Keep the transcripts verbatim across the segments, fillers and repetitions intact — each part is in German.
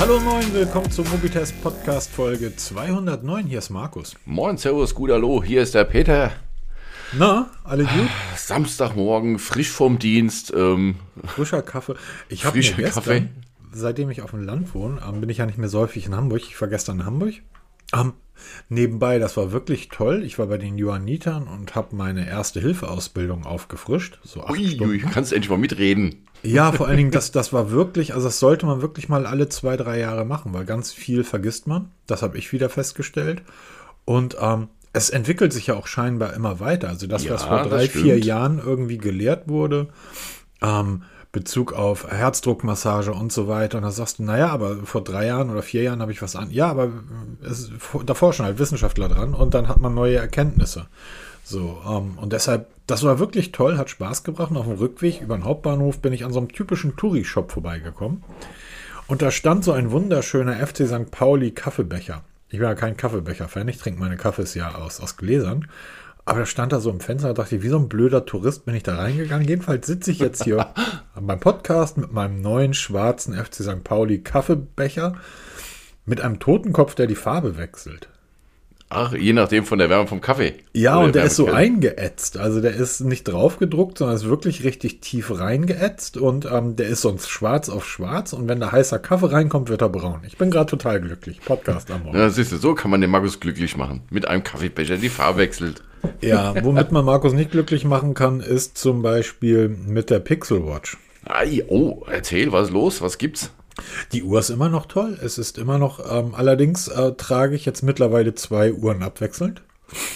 Hallo moin, willkommen zum Mobitest Podcast Folge zweihundertneun. Hier ist Markus. Moin, servus, gut, hallo, hier ist der Peter. Na, alle gut? Samstagmorgen, frisch vom Dienst. Ähm, Frischer Kaffee. Ich habe mir gestern, Kaffee. Seitdem ich auf dem Land wohne, ähm, bin ich ja nicht mehr so häufig in Hamburg. Ich war gestern in Hamburg. Ähm, nebenbei, das war wirklich toll. Ich war bei den Johannitern und habe meine Erste-Hilfe-Ausbildung aufgefrischt. So acht ui, Stunden. Ui, kannst endlich mal mitreden. Ja, vor allen Dingen, das, das war wirklich, also das sollte man wirklich mal alle zwei, drei Jahre machen, weil ganz viel vergisst man. Das habe ich wieder festgestellt. Und ähm, es entwickelt sich ja auch scheinbar immer weiter. Also das, ja, was vor drei, vier Jahren irgendwie gelehrt wurde, ähm, Bezug auf Herzdruckmassage und so weiter. Und da sagst du, naja, aber vor drei Jahren oder vier Jahren habe ich was an. Ja, aber es, da forschen halt Wissenschaftler dran und dann hat man neue Erkenntnisse. So, ähm, und deshalb, das war wirklich toll, hat Spaß gebracht. Und auf dem Rückweg über den Hauptbahnhof bin ich an so einem typischen Touri-Shop vorbeigekommen. Und da stand so ein wunderschöner F C Sankt Pauli Kaffeebecher. Ich bin ja kein Kaffeebecher-Fan, ich trinke meine Kaffees ja aus, aus Gläsern. Aber da stand da so im Fenster, da dachte ich, wie so ein blöder Tourist bin ich da reingegangen. Jedenfalls sitze ich jetzt hier beim Podcast mit meinem neuen schwarzen F C Sankt Pauli Kaffeebecher mit einem Totenkopf, der die Farbe wechselt. Ach, je nachdem von der Wärme vom Kaffee. Ja, und der ist so eingeätzt. Also der ist nicht drauf gedruckt, sondern ist wirklich richtig tief reingeätzt. Und ähm, der ist sonst schwarz auf schwarz. Und wenn da heißer Kaffee reinkommt, wird er braun. Ich bin gerade total glücklich. Podcast am Morgen. Ja, siehst du, so kann man den Markus glücklich machen. Mit einem Kaffeebecher, die Farbe wechselt. Ja, womit man Markus nicht glücklich machen kann, ist zum Beispiel mit der Pixel Watch. Ai, oh, erzähl, was ist los? Was gibt's? Die Uhr ist immer noch toll. Es ist immer noch, ähm, allerdings äh, trage ich jetzt mittlerweile zwei Uhren abwechselnd.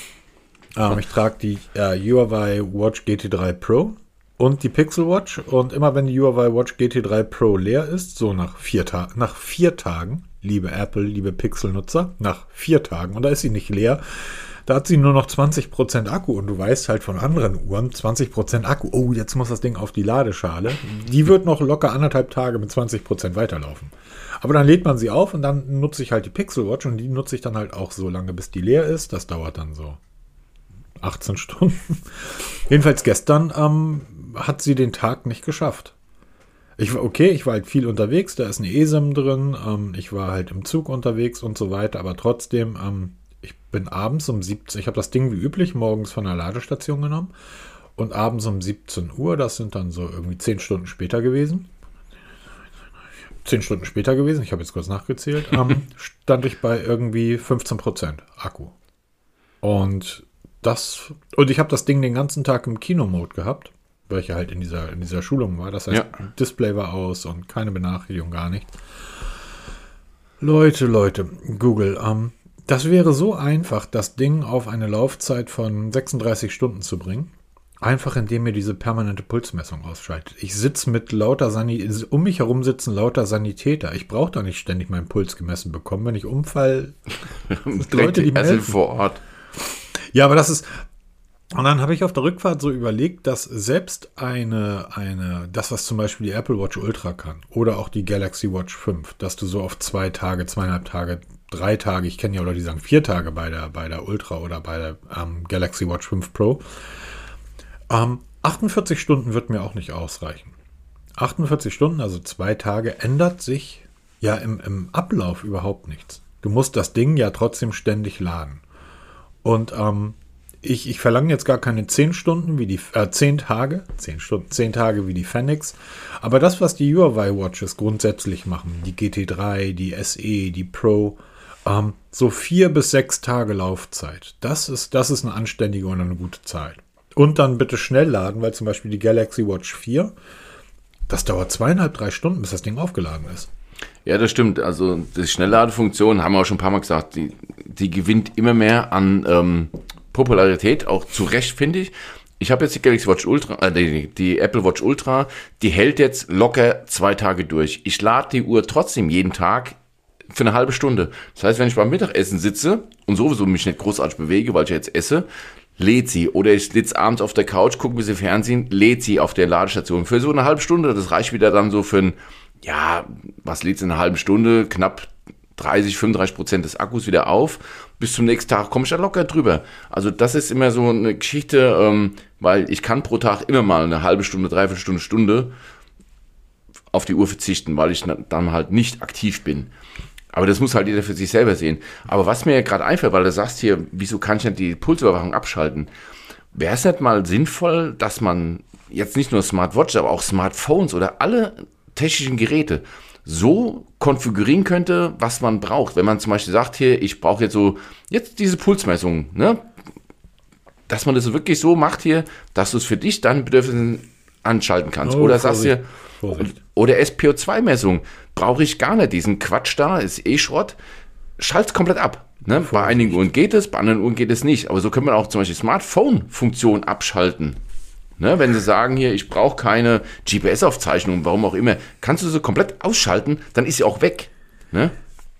Ähm, ich trage die äh, Huawei Watch G T drei Pro und die Pixel Watch. Und immer wenn die Huawei Watch G T drei Pro leer ist, so nach vier, Ta- nach vier Tagen, liebe Apple, liebe Pixel-Nutzer, nach vier Tagen, und da ist sie nicht leer, da hat sie nur noch zwanzig Prozent Akku und du weißt halt von anderen Uhren, zwanzig Prozent Akku, oh, jetzt muss das Ding auf die Ladeschale. Die wird noch locker anderthalb Tage mit zwanzig Prozent weiterlaufen. Aber dann lädt man sie auf und dann nutze ich halt die Pixel Watch und die nutze ich dann halt auch so lange, bis die leer ist. Das dauert dann so achtzehn Stunden. Jedenfalls gestern ähm, hat sie den Tag nicht geschafft. Ich war okay, ich war halt viel unterwegs, da ist eine eSIM drin, ähm, ich war halt im Zug unterwegs und so weiter, aber trotzdem, ähm, ich bin abends um siebzehn, ich habe das Ding wie üblich morgens von der Ladestation genommen und abends um siebzehn Uhr, das sind dann so irgendwie zehn Stunden später gewesen, zehn Stunden später gewesen, ich habe jetzt kurz nachgezählt, ähm, stand ich bei irgendwie fünfzehn Prozent Akku. Und das, und ich habe das Ding den ganzen Tag im Kino-Mode gehabt, weil ich ja halt in dieser, in dieser Schulung war, das heißt, ja. Display war aus und keine Benachrichtigung, gar nicht. Leute, Leute, Google, ähm, das wäre so einfach, das Ding auf eine Laufzeit von sechsunddreißig Stunden zu bringen. Einfach indem ihr diese permanente Pulsmessung ausschaltet. Ich sitze mit lauter Sanitäter, um mich herum sitzen lauter Sanitäter. Ich brauche da nicht ständig meinen Puls gemessen bekommen. Wenn ich umfall, Leute, die mir vor Ort. Ja, aber das ist... Und dann habe ich auf der Rückfahrt so überlegt, dass selbst eine, eine, das, was zum Beispiel die Apple Watch Ultra kann oder auch die Galaxy Watch fünf, dass du so auf zwei Tage, zweieinhalb Tage, drei Tage, ich kenne ja Leute, die sagen vier Tage bei der, bei der Ultra oder bei der ähm, Galaxy Watch fünf Pro. Ähm, achtundvierzig Stunden wird mir auch nicht ausreichen. achtundvierzig Stunden, also zwei Tage, ändert sich ja im, im Ablauf überhaupt nichts. Du musst das Ding ja trotzdem ständig laden. Und ähm, Ich, ich verlange jetzt gar keine zehn Stunden wie die, äh, zehn Tage, zehn Stunden, zehn Tage wie die Fenix. Aber das, was die Huawei Watches grundsätzlich machen, die G T drei, die S E, die Pro, ähm, so vier bis sechs Tage Laufzeit. Das ist, das ist eine anständige und eine gute Zeit. Und dann bitte schnell laden, weil zum Beispiel die Galaxy Watch vier, das dauert zweieinhalb, drei Stunden, bis das Ding aufgeladen ist. Ja, das stimmt. Also die Schnellladefunktion, haben wir auch schon ein paar Mal gesagt, die, die gewinnt immer mehr an ähm, Popularität, auch zu Recht, finde ich. Ich habe jetzt die Galaxy Watch Ultra, äh, die, die Apple Watch Ultra, die hält jetzt locker zwei Tage durch. Ich lade die Uhr trotzdem jeden Tag für eine halbe Stunde. Das heißt, wenn ich beim Mittagessen sitze und sowieso mich nicht großartig bewege, weil ich jetzt esse, lädt sie. Oder ich sitze abends auf der Couch, gucke ein bisschen Fernsehen, lädt sie auf der Ladestation. Für so eine halbe Stunde, das reicht wieder dann so für ein, ja, was lädt sie in einer halben Stunde? Knapp dreißig, fünfunddreißig Prozent des Akkus wieder auf. Bis zum nächsten Tag komme ich da locker drüber. Also das ist immer so eine Geschichte, ähm, weil ich kann pro Tag immer mal eine halbe Stunde, dreiviertel Stunde, Stunde auf die Uhr verzichten, weil ich dann halt nicht aktiv bin. Aber das muss halt jeder für sich selber sehen. Aber was mir gerade einfällt, weil du sagst hier, wieso kann ich nicht die Pulsüberwachung abschalten? Wäre es nicht mal sinnvoll, dass man jetzt nicht nur Smartwatch, aber auch Smartphones oder alle technischen Geräte so konfigurieren könnte, was man braucht. Wenn man zum Beispiel sagt, hier, ich brauche jetzt so, jetzt diese Pulsmessung, ne? Dass man das wirklich so macht hier, dass du es für dich deinen Bedürfnissen anschalten kannst. Oh, oder sagst du, oder S P O zwei Messung, brauche ich gar nicht, diesen Quatsch da, ist eh Schrott, schalt's komplett ab. Ne? Bei einigen Uhren geht es, bei anderen Uhren geht es nicht. Aber so können wir auch zum Beispiel Smartphone-Funktion abschalten. Ne? Wenn sie sagen hier, ich brauche keine G P S-Aufzeichnung, warum auch immer, kannst du sie komplett ausschalten, dann ist sie auch weg. Ne?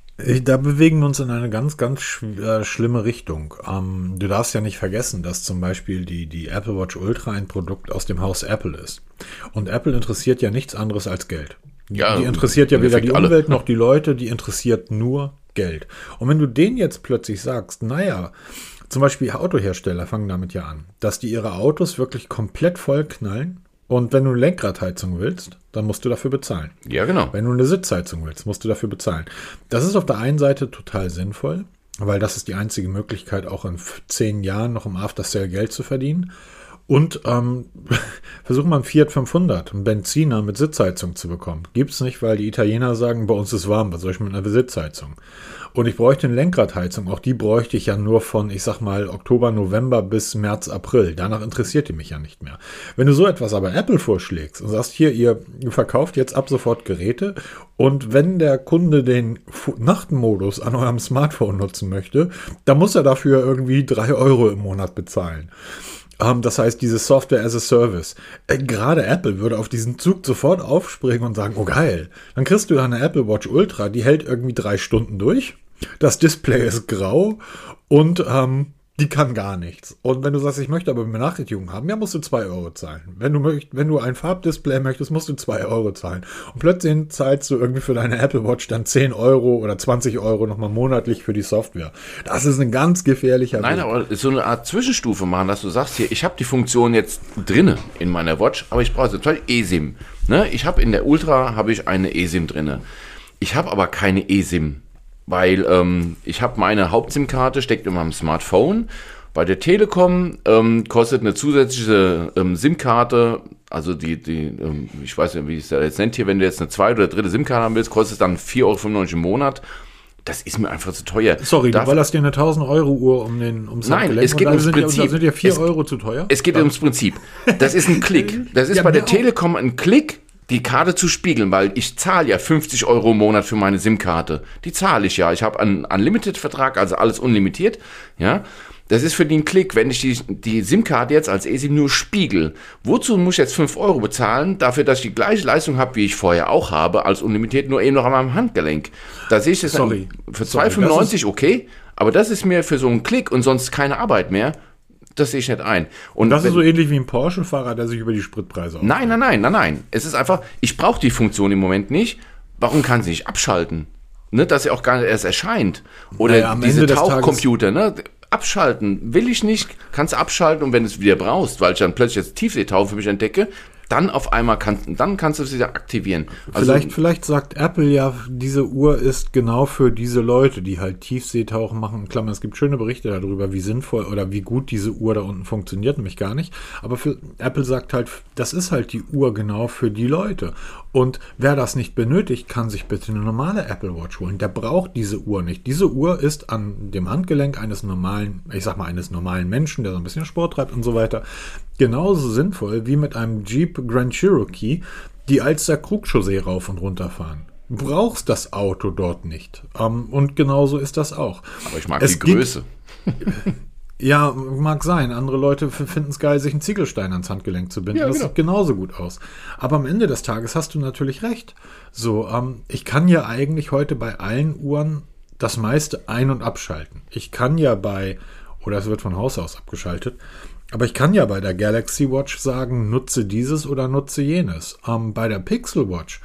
Da bewegen wir uns in eine ganz, ganz sch- äh, schlimme Richtung. Ähm, du darfst ja nicht vergessen, dass zum Beispiel die, die Apple Watch Ultra ein Produkt aus dem Haus Apple ist. Und Apple interessiert ja nichts anderes als Geld. Ja, die interessiert ja weder die alle. Umwelt noch die Leute, die interessiert nur Geld. Und wenn du denen jetzt plötzlich sagst, naja, zum Beispiel Autohersteller fangen damit ja an, dass die ihre Autos wirklich komplett voll knallen. Und wenn du eine Lenkradheizung willst, dann musst du dafür bezahlen. Ja, genau. Wenn du eine Sitzheizung willst, musst du dafür bezahlen. Das ist auf der einen Seite total sinnvoll, weil das ist die einzige Möglichkeit, auch in zehn Jahren noch im After-Sale Geld zu verdienen. Und ähm, versuch mal einen Fiat fünfhundert, einen Benziner mit Sitzheizung zu bekommen. Gibt's nicht, weil die Italiener sagen, bei uns ist warm, was soll ich mit einer Sitzheizung? Und ich bräuchte eine Lenkradheizung, auch die bräuchte ich ja nur von, ich sag mal, Oktober, November bis März, April. Danach interessiert die mich ja nicht mehr. Wenn du so etwas aber Apple vorschlägst und sagst, hier, ihr verkauft jetzt ab sofort Geräte und wenn der Kunde den Nachtmodus an eurem Smartphone nutzen möchte, dann muss er dafür irgendwie drei Euro im Monat bezahlen. Um, das heißt, diese Software as a Service. Äh, gerade Apple würde auf diesen Zug sofort aufspringen und sagen, oh geil, dann kriegst du da eine Apple Watch Ultra, die hält irgendwie drei Stunden durch. Das Display ist grau und ähm, die kann gar nichts. Und wenn du sagst, ich möchte aber Benachrichtigungen haben, ja, musst du zwei Euro zahlen. Wenn du möcht, wenn du ein Farbdisplay möchtest, musst du zwei Euro zahlen. Und plötzlich zahlst du irgendwie für deine Apple Watch dann zehn Euro oder zwanzig Euro nochmal monatlich für die Software. Das ist ein ganz gefährlicher Nein, Weg. aber so eine Art Zwischenstufe machen, dass du sagst, hier, ich habe die Funktion jetzt drinne in meiner Watch, aber ich brauche zum Beispiel eSIM. Ne? Ich habe in der Ultra habe ich eine eSIM drinne. Ich habe aber keine eSIM. Weil ähm, ich habe meine Haupt-SIM-Karte, steckt in meinem Smartphone. Bei der Telekom ähm, kostet eine zusätzliche ähm, SIM-Karte, also die, die ähm, ich weiß nicht, wie es da jetzt nennt hier, wenn du jetzt eine zweite oder dritte SIM-Karte haben willst, kostet es dann vier Euro fünfundneunzig im Monat. Das ist mir einfach zu teuer. Sorry, Darf, du ballerst dir eine tausend Euro Uhr um den ums Nein, Handgelenk es geht und ums sind Prinzip. Ja, da sind ja vier es, Euro zu teuer. Es geht ja. ums Prinzip. Das ist ein Klick. Das ist ja, bei der Telekom ein Klick, die Karte zu spiegeln, weil ich zahle ja fünfzig Euro im Monat für meine SIM-Karte. Die zahle ich ja. Ich habe einen Unlimited-Vertrag, also alles unlimitiert. Ja, das ist für den Klick, wenn ich die, die SIM-Karte jetzt als eSIM nur spiegel. Wozu muss ich jetzt fünf Euro bezahlen, dafür, dass ich die gleiche Leistung habe, wie ich vorher auch habe, als unlimitiert, nur eben noch an meinem Handgelenk? Da sehe ich das Sorry. für zwei Euro fünfundneunzig, okay, aber das ist mir für so einen Klick und sonst keine Arbeit mehr. Das sehe ich nicht ein. Und das wenn, ist so ähnlich wie ein Porsche-Fahrer, der sich über die Spritpreise aufregt. Nein, nein, nein, nein, nein. Es ist einfach, ich brauche die Funktion im Moment nicht. Warum kann sie nicht abschalten? Ne, dass sie auch gar nicht erst erscheint. Oder naja, diese Tauchcomputer, ne? Abschalten will ich nicht, kannst abschalten und wenn du es wieder brauchst, weil ich dann plötzlich jetzt Tiefseetauchen für mich entdecke, dann auf einmal kannst, dann kannst du es wieder aktivieren. Also, vielleicht, vielleicht sagt Apple ja, diese Uhr ist genau für diese Leute, die halt Tiefseetauchen machen. In Klammern, es gibt schöne Berichte darüber, wie sinnvoll oder wie gut diese Uhr da unten funktioniert, nämlich gar nicht. Aber für, Apple sagt halt, das ist halt die Uhr genau für die Leute. Und wer das nicht benötigt, kann sich bitte eine normale Apple Watch holen. Der braucht diese Uhr nicht. Diese Uhr ist an dem Handgelenk eines normalen, ich sag mal, eines normalen Menschen, der so ein bisschen Sport treibt und so weiter, genauso sinnvoll wie mit einem Jeep Grand Cherokee, die Alster Krugchaussee rauf und runter fahren. Du brauchst das Auto dort nicht. Um, und genauso ist das auch. Aber ich mag es die Größe. Gibt, ja, mag sein. Andere Leute finden es geil, sich einen Ziegelstein ans Handgelenk zu binden. Ja, das genau. Sieht genauso gut aus. Aber am Ende des Tages hast du natürlich recht. So, um, ich kann ja eigentlich heute bei allen Uhren das meiste ein- und abschalten. Ich kann ja bei, oder es wird von Haus aus abgeschaltet, aber ich kann ja bei der Galaxy Watch sagen, nutze dieses oder nutze jenes. Ähm, bei der Pixel Watch,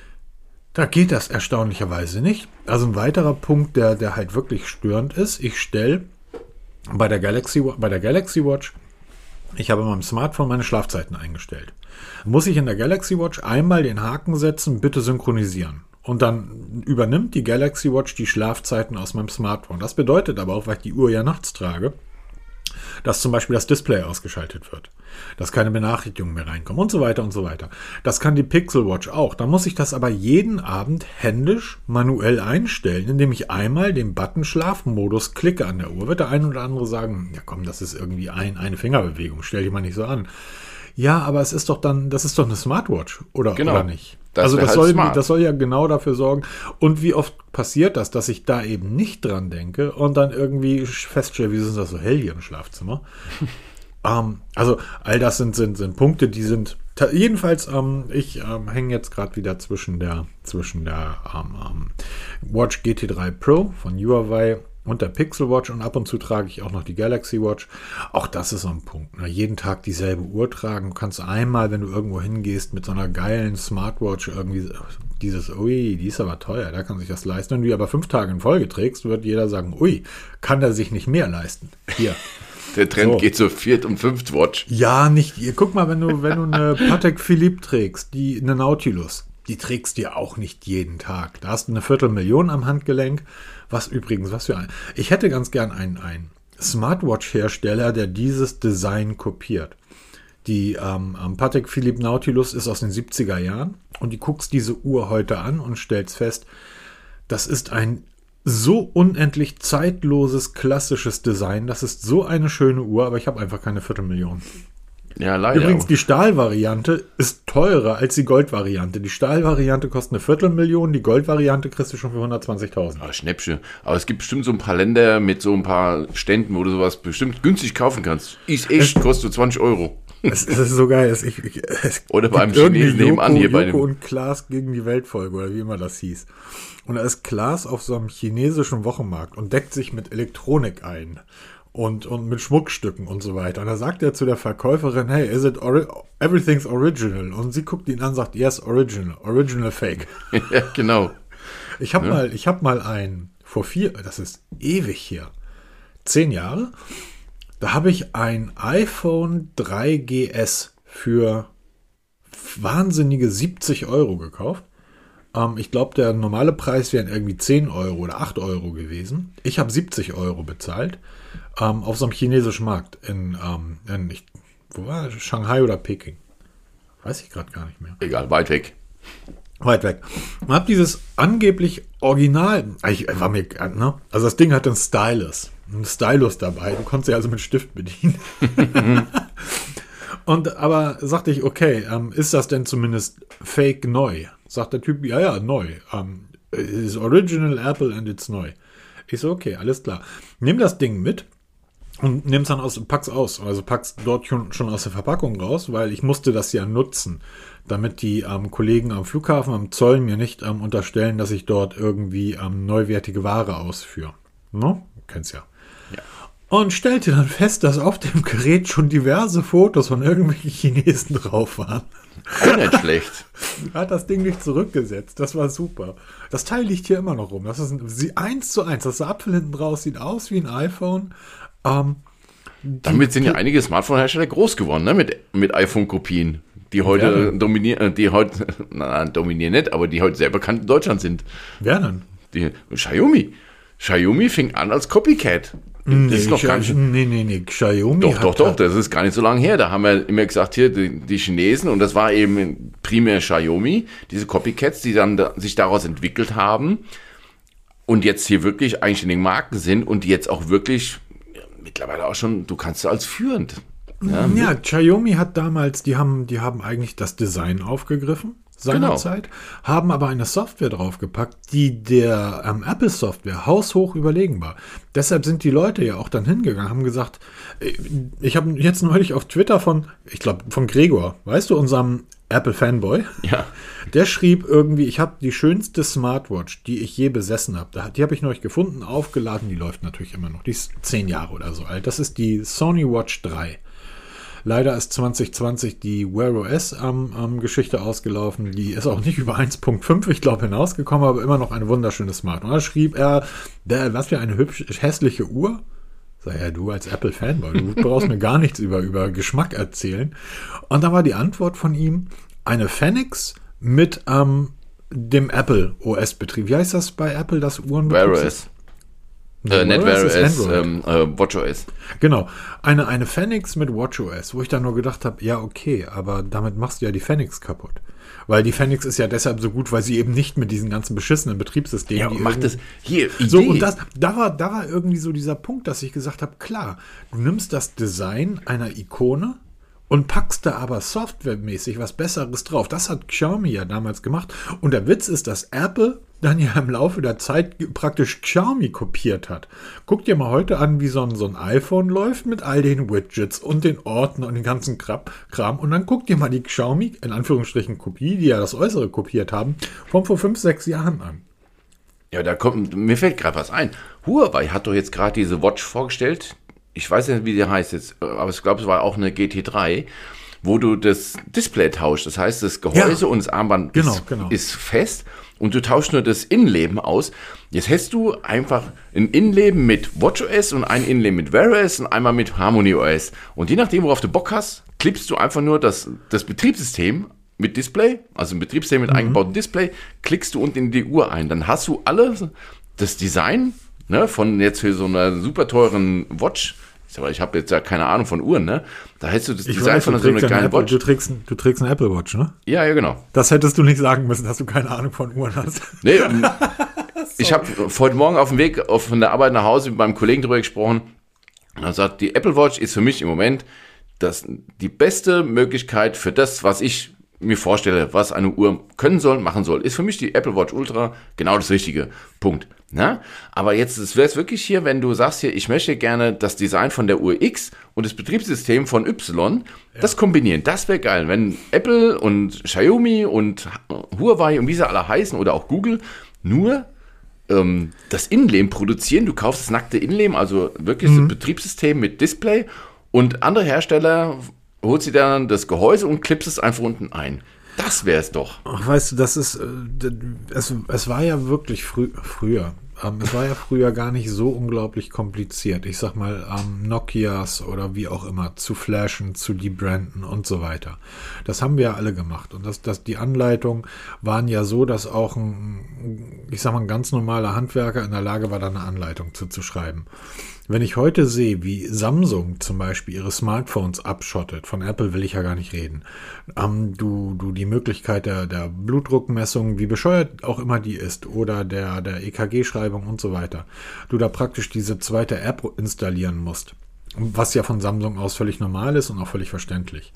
da geht das erstaunlicherweise nicht. Also ein weiterer Punkt, der, der halt wirklich störend ist, ich stelle bei der Galaxy, bei der Galaxy Watch Ich habe in meinem Smartphone meine Schlafzeiten eingestellt. Muss ich in der Galaxy Watch einmal den Haken setzen, bitte synchronisieren. Und dann übernimmt die Galaxy Watch die Schlafzeiten aus meinem Smartphone. Das bedeutet aber auch, weil ich die Uhr ja nachts trage, dass zum Beispiel das Display ausgeschaltet wird, dass keine Benachrichtigungen mehr reinkommen und so weiter und so weiter. Das kann die Pixel Watch auch. Da muss ich das aber jeden Abend händisch manuell einstellen, indem ich einmal den Button Schlafmodus klicke an der Uhr. Wird der ein oder andere sagen, ja komm, das ist irgendwie ein, eine Fingerbewegung, stell dich mal nicht so an. Ja, aber es ist doch dann, das ist doch eine Smartwatch, oder, genau. oder nicht? Das also das, halt soll, smart. das soll ja genau dafür sorgen. Und wie oft passiert das, dass ich da eben nicht dran denke und dann irgendwie feststelle, wie ist das so hell hier im Schlafzimmer? ähm, also all das sind, sind, sind Punkte, die sind ta- jedenfalls, ähm, ich ähm, hänge jetzt gerade wieder zwischen der, zwischen der ähm, ähm, Watch G T drei Pro von Huawei und der Pixel Watch und ab und zu trage ich auch noch die Galaxy Watch. Auch das ist so ein Punkt. Ne? Jeden Tag dieselbe Uhr tragen. Du kannst einmal, wenn du irgendwo hingehst, mit so einer geilen Smartwatch irgendwie dieses, ui, die ist aber teuer, da kann sich das leisten. Wenn du die aber fünf Tage in Folge trägst, wird jeder sagen, ui, kann der sich nicht mehr leisten. Hier. Der Trend So. geht zur Viert- und Fünft-Watch. Ja, nicht. Guck mal, wenn du, wenn du eine Patek Philippe trägst, die, eine Nautilus, die trägst du ja auch nicht jeden Tag. Da hast du eine Viertelmillion am Handgelenk. Was übrigens, was für ein. Ich hätte ganz gern einen, einen Smartwatch-Hersteller, der dieses Design kopiert. Die ähm, Patek Philippe Nautilus ist aus den siebziger Jahren und die guckst diese Uhr heute an und stellst fest, das ist ein so unendlich zeitloses, klassisches Design. Das ist so eine schöne Uhr, aber ich habe einfach keine Viertelmillion. Ja, leider. Übrigens, die Stahlvariante ist teurer als die Goldvariante. Die Stahlvariante kostet eine Viertelmillion, die Goldvariante kriegst du schon für hundertzwanzigtausend. Ah, Schnäppchen. Aber es gibt bestimmt so ein paar Länder mit so ein paar Ständen, wo du sowas bestimmt günstig kaufen kannst. Ist echt, kostet zwanzig Euro. Es, es ist so geil. Es, ich, ich, es Oder beim gibt irgendwie Chinesen nebenan hier bei Joko dem. und Klaas gegen die Weltfolge oder wie immer das hieß. Und da ist Klaas auf so einem chinesischen Wochenmarkt und deckt sich mit Elektronik ein. Und, und mit Schmuckstücken und so weiter. Und da sagt er zu der Verkäuferin, hey, is it ori- everything's original? Und sie guckt ihn an und sagt, yes, original, original fake. Ja, genau. Ich habe Ja. mal, ich habe mal ein, vor vier, das ist ewig hier, zehn Jahre, da habe ich ein iPhone drei G S für wahnsinnige siebzig Euro gekauft. Ähm, ich glaube, der normale Preis wären irgendwie zehn Euro oder acht Euro gewesen. Ich habe siebzig Euro bezahlt. Ähm, auf so einem chinesischen Markt in, ähm, in ich, wo war das? Shanghai oder Peking? Weiß ich gerade gar nicht mehr. Egal, weit weg. Weit weg. Und habe dieses angeblich Original, ich war mir, ne? Also das Ding hatte einen Stylus, einen Stylus dabei. Du konntest ja also mit Stift bedienen. Und aber sagte ich, okay, ähm, ist das denn zumindest fake neu? Sagt der Typ, ja, ja, neu. Um, it is original Apple and it's neu. Ich so, okay, alles klar. Nimm das Ding mit und nimm's dann aus, pack's aus. Also pack's dort schon, schon aus der Verpackung raus, weil ich musste das ja nutzen, damit die ähm, Kollegen am Flughafen, am Zoll mir nicht ähm, unterstellen, dass ich dort irgendwie ähm, neuwertige Ware ausführe. No? Du kennst ja. Ja. Und stellte dann fest, dass auf dem Gerät schon diverse Fotos von irgendwelchen Chinesen drauf waren. Auch nicht schlecht. Hat das Ding nicht zurückgesetzt. Das war super. Das Teil liegt hier immer noch rum. Das ist ein, sie, eins zu eins. Das Apfel hinten draus sieht aus wie ein iPhone. Ähm, Damit sind ja einige Smartphone-Hersteller groß geworden, ne? Mit, mit iPhone-Kopien, die heute Ja. dominieren, die heute, na, dominieren nicht, aber die heute sehr bekannt in Deutschland sind. wer denn? Die, Xiaomi. Xiaomi fing an als Copycat. Das ist noch gar nicht. Nee, nee, nee. Xiaomi Doch, hat doch, doch, das ist gar nicht so lange her. Da haben wir immer gesagt, hier, die, die Chinesen, und das war eben primär Xiaomi, diese Copycats, die dann da, sich daraus entwickelt haben und jetzt hier wirklich eigenständige Marken sind und die jetzt auch wirklich ja, mittlerweile auch schon, du kannst du als führend. Ja, Ja, Xiaomi hat damals, die haben, die haben eigentlich das Design aufgegriffen seinerzeit, haben aber eine Software draufgepackt, die der ähm, Apple-Software haushoch überlegen war. Deshalb sind die Leute ja auch dann hingegangen, haben gesagt, äh, ich habe jetzt neulich auf Twitter von, ich glaube, von Gregor, weißt du, unserem Apple-Fanboy, ja. der schrieb irgendwie, ich habe die schönste Smartwatch, die ich je besessen habe. Die habe ich neulich gefunden, aufgeladen, die läuft natürlich immer noch. Die ist zehn Jahre oder so alt. Das ist die Sony Watch drei. Leider ist zwanzig zwanzig die Wear O S ähm, ähm, Geschichte ausgelaufen. Die ist auch nicht über eins Punkt fünf, ich glaube, hinausgekommen, aber immer noch eine wunderschöne Smartwatch. Da schrieb er, der, was für eine hübsche, hässliche Uhr. Sag ja, du als Apple-Fanboy, du brauchst mir gar nichts über, über Geschmack erzählen. Und dann war die Antwort von ihm, eine Fenix mit ähm, dem Apple O S-Betrieb. Wie heißt das bei Apple, das Uhrenbetrieb? Wear O S. Äh, nicht Wear O S, ähm, äh, WatchOS. Genau, eine, eine Fenix mit WatchOS, wo ich dann nur gedacht habe, ja okay, aber damit machst du ja die Fenix kaputt. Weil die Fenix ist ja deshalb so gut, weil sie eben nicht mit diesen ganzen beschissenen Betriebssystemen... Ja, macht das hier, Idee. So, und das, da, war, da war irgendwie so dieser Punkt, dass ich gesagt habe, klar, du nimmst das Design einer Ikone und packst da aber softwaremäßig was Besseres drauf. Das hat Xiaomi ja damals gemacht. Und der Witz ist, dass Apple dann ja im Laufe der Zeit praktisch Xiaomi kopiert hat. Guck dir mal heute an, wie so ein, so ein iPhone läuft mit all den Widgets und den Orten und den ganzen Kram. Und dann guck dir mal die Xiaomi, in Anführungsstrichen Kopie, die ja das Äußere kopiert haben, von vor fünf, sechs Jahren an. Ja, da kommt, mir fällt gerade was ein. Huawei hat doch jetzt gerade diese Watch vorgestellt. Ich weiß nicht, wie die heißt jetzt, aber ich glaube, es war auch eine G T drei, wo du das Display tauschst. Das heißt, das Gehäuse ja. und das Armband genau, ist, genau. ist fest und du tauschst nur das Innenleben aus. Jetzt hast du einfach ein Innenleben mit WatchOS und ein Innenleben mit Wear O S und einmal mit HarmonyOS. Und je nachdem, worauf du Bock hast, klippst du einfach nur das, das Betriebssystem mit Display, also ein Betriebssystem mit mhm. eingebautem Display, klickst du unten in die Uhr ein. Dann hast du alle das Design, ne, von jetzt für so einer super teuren Watch. Aber ich habe jetzt ja keine Ahnung von Uhren, ne? Da hättest du das ich Design weiß, von so einer kleinen Apple, Watch. Du trägst, du trägst eine Apple Watch, ne? Ja, ja, genau. Das hättest du nicht sagen müssen, dass du keine Ahnung von Uhren hast. Nee, ich habe heute Morgen auf dem Weg auf, von der Arbeit nach Hause mit meinem Kollegen darüber gesprochen. Und er sagt, die Apple Watch ist für mich im Moment das, die beste Möglichkeit für das, was ich mir vorstelle, was eine Uhr können soll, machen soll, ist für mich die Apple Watch Ultra genau das Richtige. Punkt. Na? Aber jetzt wäre es wirklich hier, wenn du sagst hier, ich möchte gerne das Design von der Uhr X und das Betriebssystem von Y, ja. das kombinieren. Das wäre geil, wenn Apple und Xiaomi und Huawei und wie sie alle heißen oder auch Google nur ähm, das Innenleben produzieren. Du kaufst das nackte Innenleben, also wirklich mhm. das Betriebssystem mit Display und andere Hersteller holt sie dann das Gehäuse und klippst es einfach unten ein. Das wäre es doch. Ach, weißt du, das ist, äh, es, es war ja wirklich frü- früher. Ähm, es war ja früher gar nicht so unglaublich kompliziert. Ich sag mal, ähm, Nokias oder wie auch immer zu flashen, zu debranden und so weiter. Das haben wir ja alle gemacht. Und das, das, die Anleitungen waren ja so, dass auch ein, ich sag mal, ein ganz normaler Handwerker in der Lage war, da eine Anleitung zuzuschreiben. Wenn ich heute sehe, wie Samsung zum Beispiel ihre Smartphones abschottet, von Apple will ich ja gar nicht reden, ähm, du, du die Möglichkeit der, der Blutdruckmessung, wie bescheuert auch immer die ist, oder der, der E K G-Schreibung und so weiter, du da praktisch diese zweite App installieren musst, was ja von Samsung aus völlig normal ist und auch völlig verständlich.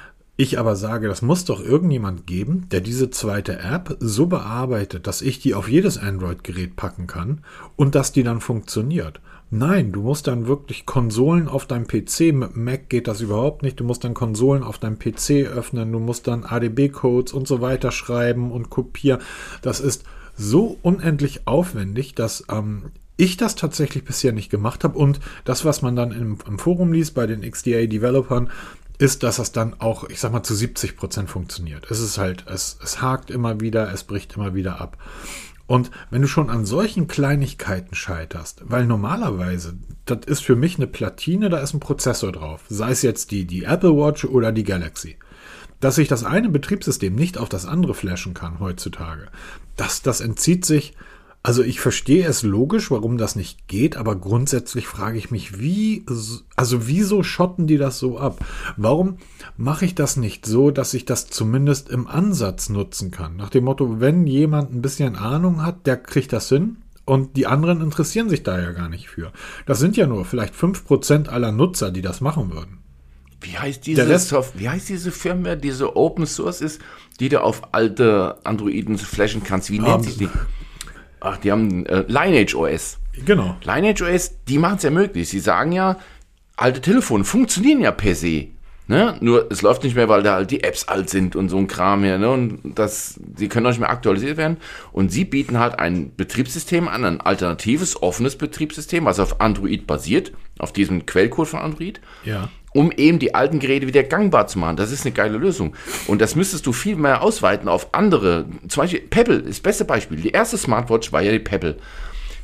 Ich aber sage, das muss doch irgendjemand geben, der diese zweite App so bearbeitet, dass ich die auf jedes Android-Gerät packen kann und dass die dann funktioniert. Nein, du musst dann wirklich Konsolen auf deinem P C, mit Mac geht das überhaupt nicht, du musst dann Konsolen auf deinem P C öffnen, du musst dann A D B-Codes und so weiter schreiben und kopieren. Das ist so unendlich aufwendig, dass ähm, ich das tatsächlich bisher nicht gemacht habe und das, was man dann im, im Forum liest bei den X D A-Developern, ist, dass das dann auch, ich sag mal, zu siebzig Prozent funktioniert. Es ist halt, es, es hakt immer wieder, es bricht immer wieder ab. Und wenn du schon an solchen Kleinigkeiten scheiterst, weil normalerweise, das ist für mich eine Platine, da ist ein Prozessor drauf, sei es jetzt die, die Apple Watch oder die Galaxy, dass ich das eine Betriebssystem nicht auf das andere flashen kann heutzutage, das, das entzieht sich, also ich verstehe es logisch, warum das nicht geht, aber grundsätzlich frage ich mich, wie, also wieso schotten die das so ab? Warum mache ich das nicht so, dass ich das zumindest im Ansatz nutzen kann? Nach dem Motto, wenn jemand ein bisschen Ahnung hat, der kriegt das hin und die anderen interessieren sich da ja gar nicht für. Das sind ja nur vielleicht fünf Prozent aller Nutzer, die das machen würden. Wie heißt diese Software, wie heißt diese Firmware, die so Open Source ist, die du auf alte Androiden flashen kannst? Wie nennt um, sich die? Ach, die haben äh, Lineage O S. Genau. Lineage O S, die machen es ja möglich. Sie sagen ja, alte Telefone funktionieren ja per se. Ne? Nur es läuft nicht mehr, weil da halt die Apps alt sind und so ein Kram her. Ne? Und das, die können auch nicht mehr aktualisiert werden. Und sie bieten halt ein Betriebssystem an, ein alternatives, offenes Betriebssystem, was auf Android basiert, auf diesem Quellcode von Android. Ja. Um eben die alten Geräte wieder gangbar zu machen. Das ist eine geile Lösung. Und das müsstest du viel mehr ausweiten auf andere. Zum Beispiel Pebble ist das beste Beispiel. Die erste Smartwatch war ja die Pebble.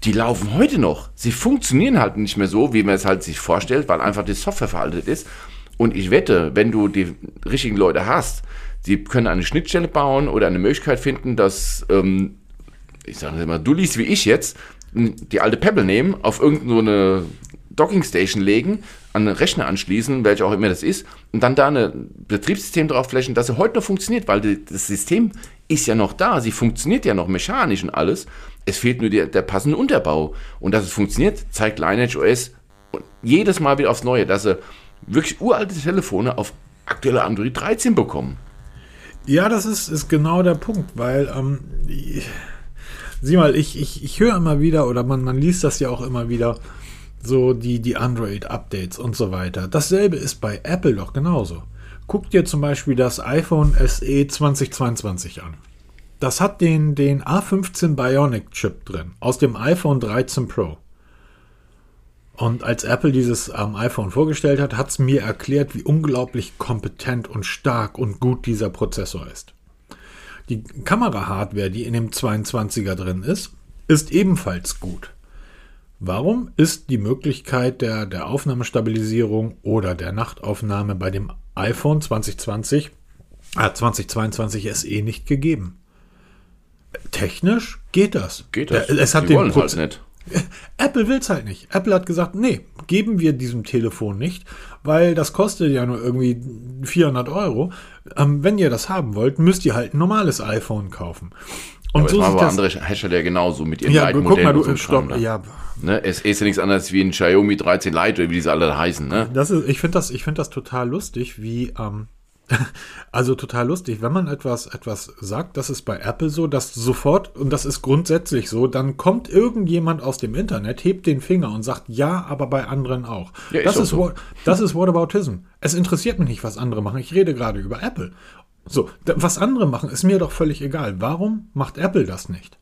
die laufen heute noch. Sie funktionieren halt nicht mehr so, wie man es halt sich vorstellt, weil einfach die Software veraltet ist. Und ich wette, wenn du die richtigen Leute hast, sie können eine Schnittstelle bauen oder eine Möglichkeit finden, dass, ähm, ich sage immer, Dullis wie ich jetzt, die alte Pebble nehmen, auf irgendeine Dockingstation legen, an einen Rechner anschließen, welcher auch immer das ist, und dann da ein Betriebssystem drauf flächen, dass er heute noch funktioniert, weil die, das System ist ja noch da, sie funktioniert ja noch mechanisch und alles. Es fehlt nur die, der passende Unterbau. Und dass es funktioniert, zeigt Lineage O S jedes Mal wieder aufs Neue, dass sie wirklich uralte Telefone auf aktuelle Android dreizehn bekommen. Ja, das ist, ist genau der Punkt, weil, ähm, ich, sieh mal, ich, ich, ich höre immer wieder, oder man, man liest das ja auch immer wieder, so die, die Android-Updates und so weiter. Dasselbe ist bei Apple doch genauso. Guck dir zum Beispiel das iPhone S E zweitausendzweiundzwanzig an. Das hat den, den A fünfzehn Bionic-Chip drin, aus dem iPhone dreizehn Pro. Und als Apple dieses ähm, iPhone vorgestellt hat, hat es mir erklärt, wie unglaublich kompetent und stark und gut dieser Prozessor ist. Die Kamera-Hardware, die in dem zweiundzwanziger drin ist, ist ebenfalls gut. Warum ist die Möglichkeit der, der Aufnahmestabilisierung oder der Nachtaufnahme bei dem iPhone zwanzig zwanzig, äh, zweitausendzweiundzwanzig S E nicht gegeben? Technisch geht das. Geht das? Der, es hat Die den wollen Proz- halt nicht. Apple will es halt nicht. Apple hat gesagt, nee, geben wir diesem Telefon nicht, weil das kostet ja nur irgendwie vierhundert Euro. Ähm, wenn ihr das haben wollt, müsst ihr halt ein normales iPhone kaufen. Und aber so es machen sieht aber das, andere Hersteller ja genauso mit ihren ja, alten guck mal, Modellen. du, und so stopp, Kram, ne? ja. Ne? Es ist ja nichts anderes wie ein Xiaomi dreizehn Lite oder wie diese alle heißen. Ne? Das ist, ich finde das, ich finde das total lustig, wie, ähm, also total lustig, wenn man etwas, etwas sagt, das ist bei Apple so, dass sofort, und das ist grundsätzlich so, dann kommt irgendjemand aus dem Internet, hebt den Finger und sagt, ja, aber bei anderen auch. Ja, ist das, auch ist so. what, das ist Whataboutism. Es interessiert mich nicht, was andere machen. Ich rede gerade über Apple. So, da, was andere machen, ist mir doch völlig egal. Warum macht Apple das nicht?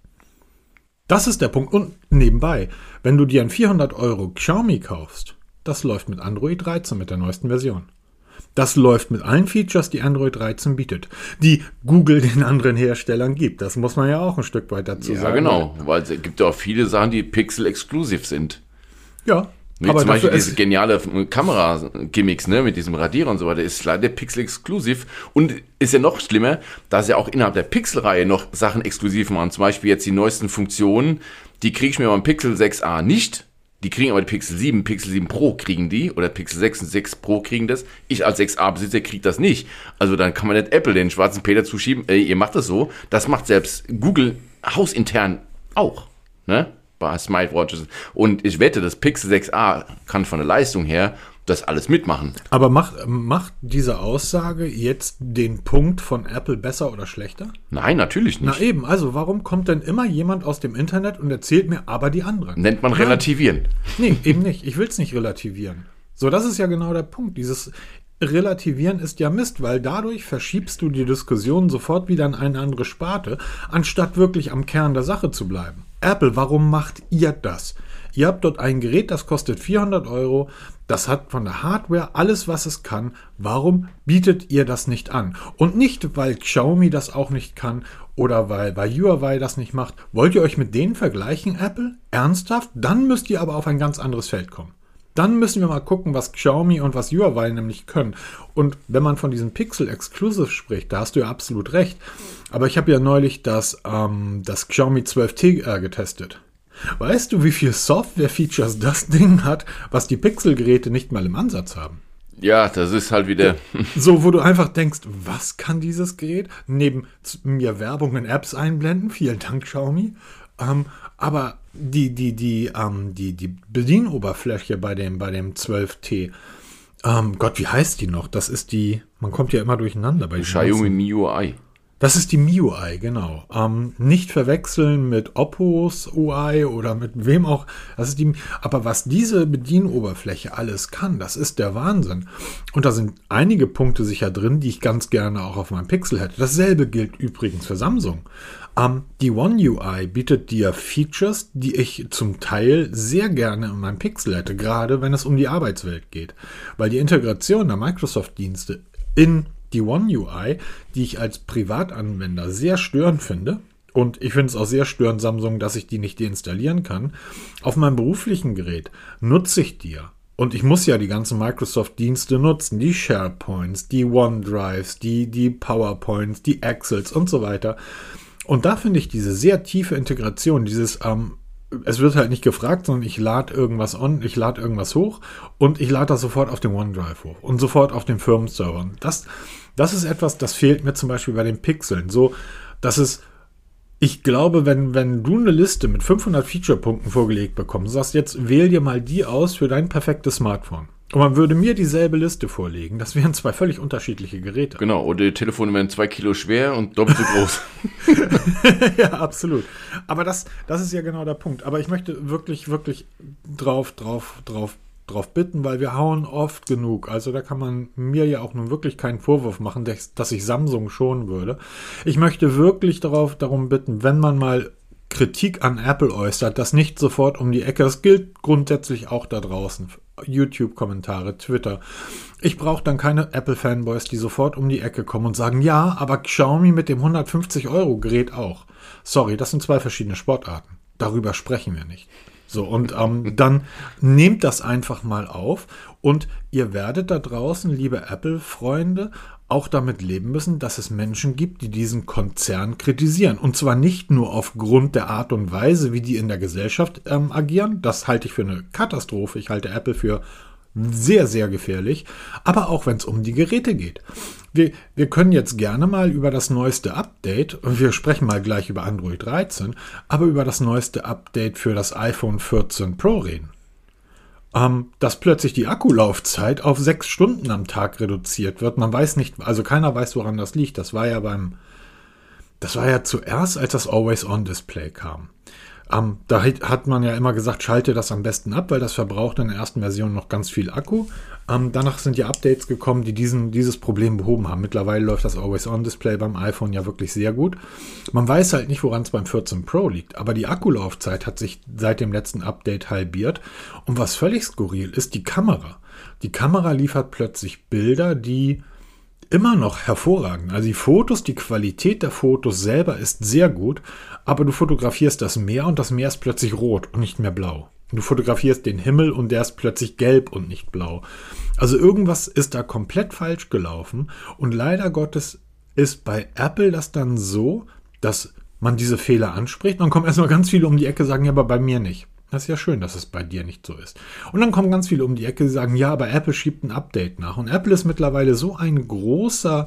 Das ist der Punkt. Und nebenbei, wenn du dir ein vierhundert Euro Xiaomi kaufst, das läuft mit Android dreizehn, mit der neuesten Version. Das läuft mit allen Features, die Android dreizehn bietet, die Google den anderen Herstellern gibt. Das muss man ja auch ein Stück weit dazu Ja, sagen. genau, weil es gibt ja auch viele Sachen, die Pixel-exklusiv sind. Ja, Wie aber zum Beispiel dafür diese ist, geniale Kamera-Gimmicks, ne, mit diesem Radierer und so weiter, ist leider Pixel-exklusiv. Und ist ja noch schlimmer, dass ja auch innerhalb der Pixel-Reihe noch Sachen exklusiv machen. Zum Beispiel jetzt die neuesten Funktionen, die kriege ich mir beim Pixel sechs a nicht. Die kriegen aber die Pixel sieben, Pixel sieben Pro kriegen die, oder Pixel sechs und sechs Pro kriegen das. Ich als sechs a-Besitzer kriege das nicht. Also dann kann man nicht Apple den schwarzen Peter zuschieben, ey, ihr macht das so. Das macht selbst Google hausintern auch, ne, bei Smartwatches. Und ich wette, das Pixel sechs a kann von der Leistung her das alles mitmachen. aber macht, macht diese Aussage jetzt den Punkt von Apple besser oder schlechter? Nein, natürlich Na nicht. eben, also warum kommt denn immer jemand aus dem Internet und erzählt mir aber die anderen? Nennt man Nein. relativieren. Nee, eben nicht. Ich will es nicht relativieren. So, das ist ja genau der Punkt. Dieses Relativieren ist ja Mist, weil dadurch verschiebst du die Diskussion sofort wieder in eine andere Sparte, anstatt wirklich am Kern der Sache zu bleiben. Apple, warum macht ihr das? Ihr habt dort ein Gerät, das kostet vierhundert Euro, das hat von der Hardware alles, was es kann. Warum bietet ihr das nicht an? Und nicht, weil Xiaomi das auch nicht kann oder weil, weil Huawei das nicht macht. Wollt ihr euch mit denen vergleichen, Apple? Ernsthaft? Dann müsst ihr aber auf ein ganz anderes Feld kommen. Dann müssen wir mal gucken, was Xiaomi und was Huawei nämlich können. Und wenn man von diesem Pixel Exclusive spricht, da hast du ja absolut recht. Aber ich habe ja neulich das, ähm, das Xiaomi zwölf T äh, getestet. Weißt du, wie viel Software-Features das Ding hat, was die Pixel-Geräte nicht mal im Ansatz haben? Ja, das ist halt wieder. So, wo du einfach denkst, was kann dieses Gerät? Neben z- mir Werbung in Apps einblenden, vielen Dank Xiaomi. Ähm, aber die, die, die, ähm, die, die Bedienoberfläche bei dem, bei dem zwölf T, ähm, Gott, wie heißt die noch? Das ist die, man kommt ja immer durcheinander bei diesen Xiaomi ganzen- M I U I. Das ist die M I U I, genau. Ähm, nicht verwechseln mit Oppos U I oder mit wem auch. Das ist die. Aber was diese Bedienoberfläche alles kann, das ist der Wahnsinn. Und da sind einige Punkte sicher drin, die ich ganz gerne auch auf meinem Pixel hätte. Dasselbe gilt übrigens für Samsung. Ähm, die One U I bietet dir Features, die ich zum Teil sehr gerne in meinem Pixel hätte, gerade wenn es um die Arbeitswelt geht. Weil die Integration der Microsoft-Dienste in die One U I, die ich als Privatanwender sehr störend finde, und ich finde es auch sehr störend, Samsung, dass ich die nicht deinstallieren kann. Auf meinem beruflichen Gerät nutze ich die ja. Und ich muss ja die ganzen Microsoft-Dienste nutzen, die SharePoints, die OneDrives, die, die PowerPoints, die Excels und so weiter. Und da finde ich diese sehr tiefe Integration, dieses, ähm, es wird halt nicht gefragt, sondern ich lade irgendwas on, ich lade irgendwas hoch und ich lade das sofort auf den OneDrive hoch und sofort auf den Firmenservern. Das, das ist etwas, das fehlt mir zum Beispiel bei den Pixeln. So, dass es Ich glaube, wenn, wenn du eine Liste mit fünfhundert Feature-Punkten vorgelegt bekommst, sagst jetzt, wähl dir mal die aus für dein perfektes Smartphone. Und man würde mir dieselbe Liste vorlegen. Das wären zwei völlig unterschiedliche Geräte. Genau, oder die Telefone wären zwei Kilo schwer und doppelt so groß. Ja, absolut. Aber das, das ist ja genau der Punkt. Aber ich möchte wirklich, wirklich drauf, drauf, drauf drauf bitten, weil wir hauen oft genug. Also da kann man mir ja auch nun wirklich keinen Vorwurf machen, dass, dass ich Samsung schonen würde. Ich möchte wirklich darauf, darum bitten, wenn man mal Kritik an Apple äußert, das nicht sofort um die Ecke. Das gilt grundsätzlich auch da draußen. YouTube-Kommentare, Twitter. Ich brauche dann keine Apple-Fanboys, die sofort um die Ecke kommen und sagen, ja, aber Xiaomi mit dem hundertfünfzig Euro Gerät auch. Sorry, das sind zwei verschiedene Sportarten. Darüber sprechen wir nicht. So, und ähm, dann nehmt das einfach mal auf und ihr werdet da draußen, liebe Apple-Freunde, auch damit leben müssen, dass es Menschen gibt, die diesen Konzern kritisieren. Und zwar nicht nur aufgrund der Art und Weise, wie die in der Gesellschaft ähm, agieren. Das halte ich für eine Katastrophe. Ich halte Apple für sehr, sehr gefährlich. Aber auch wenn es um die Geräte geht. Wir, wir können jetzt gerne mal über das neueste Update, und wir sprechen mal gleich über Android dreizehn, aber über das neueste Update für das iPhone vierzehn Pro reden. Ähm, dass plötzlich die Akkulaufzeit auf sechs Stunden am Tag reduziert wird. Man weiß nicht, also keiner weiß, woran das liegt. Das war ja beim, das war ja zuerst, als das Always-On-Display kam. Ähm, da hat man ja immer gesagt, schalte das am besten ab, weil das verbraucht in der ersten Version noch ganz viel Akku. Ähm, danach sind ja Updates gekommen, die diesen, dieses Problem behoben haben. Mittlerweile läuft das Always-On-Display beim iPhone ja wirklich sehr gut. Man weiß halt nicht, woran es beim vierzehn Pro liegt, aber die Akkulaufzeit hat sich seit dem letzten Update halbiert. Und was völlig skurril ist, die Kamera. Die Kamera liefert plötzlich Bilder, die immer noch hervorragend. Also die Fotos, die Qualität der Fotos selber ist sehr gut, aber du fotografierst das Meer und das Meer ist plötzlich rot und nicht mehr blau. Du fotografierst den Himmel und der ist plötzlich gelb und nicht blau. Also irgendwas ist da komplett falsch gelaufen und leider Gottes ist bei Apple das dann so, dass man diese Fehler anspricht und dann kommen erstmal ganz viele um die Ecke, sagen, ja, aber bei mir nicht. Das ist ja schön, dass es bei dir nicht so ist. Und dann kommen ganz viele um die Ecke, die sagen, ja, aber Apple schiebt ein Update nach. Und Apple ist mittlerweile so ein großer,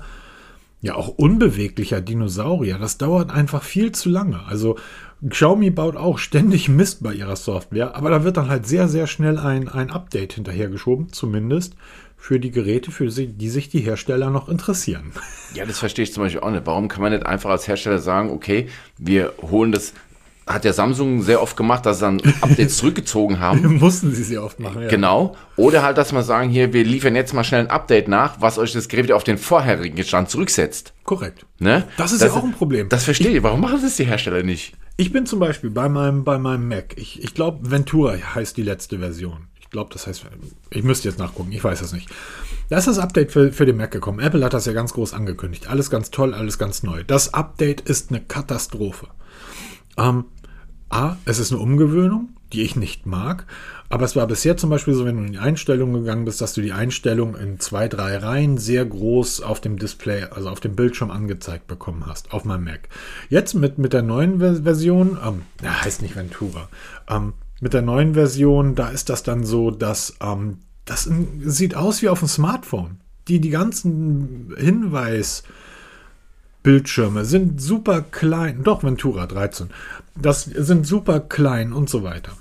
ja auch unbeweglicher Dinosaurier. Das dauert einfach viel zu lange. Also Xiaomi baut auch ständig Mist bei ihrer Software, aber da wird dann halt sehr, sehr schnell ein, ein Update hinterhergeschoben, zumindest für die Geräte, für die sich die Hersteller noch interessieren. Ja, das verstehe ich zum Beispiel auch nicht. Warum kann man nicht einfach als Hersteller sagen, okay, wir holen das. Hat ja Samsung sehr oft gemacht, dass sie dann Updates zurückgezogen haben. Mussten sie sehr oft machen, ja. Genau. Oder halt, dass man sagen, hier, wir liefern jetzt mal schnell ein Update nach, was euch das Gerät wieder auf den vorherigen Stand zurücksetzt. Korrekt. Ne? Das ist das, ja auch ein Problem. Das verstehe ich. Warum machen das die Hersteller nicht? Ich bin zum Beispiel bei meinem, bei meinem Mac, ich, ich glaube, Ventura heißt die letzte Version. Ich glaube, das heißt, ich müsste jetzt nachgucken, ich weiß es nicht. Da ist das Update für, für den Mac gekommen. Apple hat das ja ganz groß angekündigt. Alles ganz toll, alles ganz neu. Das Update ist eine Katastrophe. Ähm, A, es ist eine Umgewöhnung, die ich nicht mag, aber es war bisher zum Beispiel so, wenn du in die Einstellungen gegangen bist, dass du die Einstellung in zwei, drei Reihen sehr groß auf dem Display, also auf dem Bildschirm angezeigt bekommen hast, auf meinem Mac. Jetzt mit, mit der neuen Version, ähm, na, heißt nicht Ventura, ähm, mit der neuen Version, da ist das dann so, dass ähm, das sieht aus wie auf dem Smartphone. Die, die ganzen Hinweis- Bildschirme sind super klein, doch Ventura dreizehn, das sind super klein und so weiter.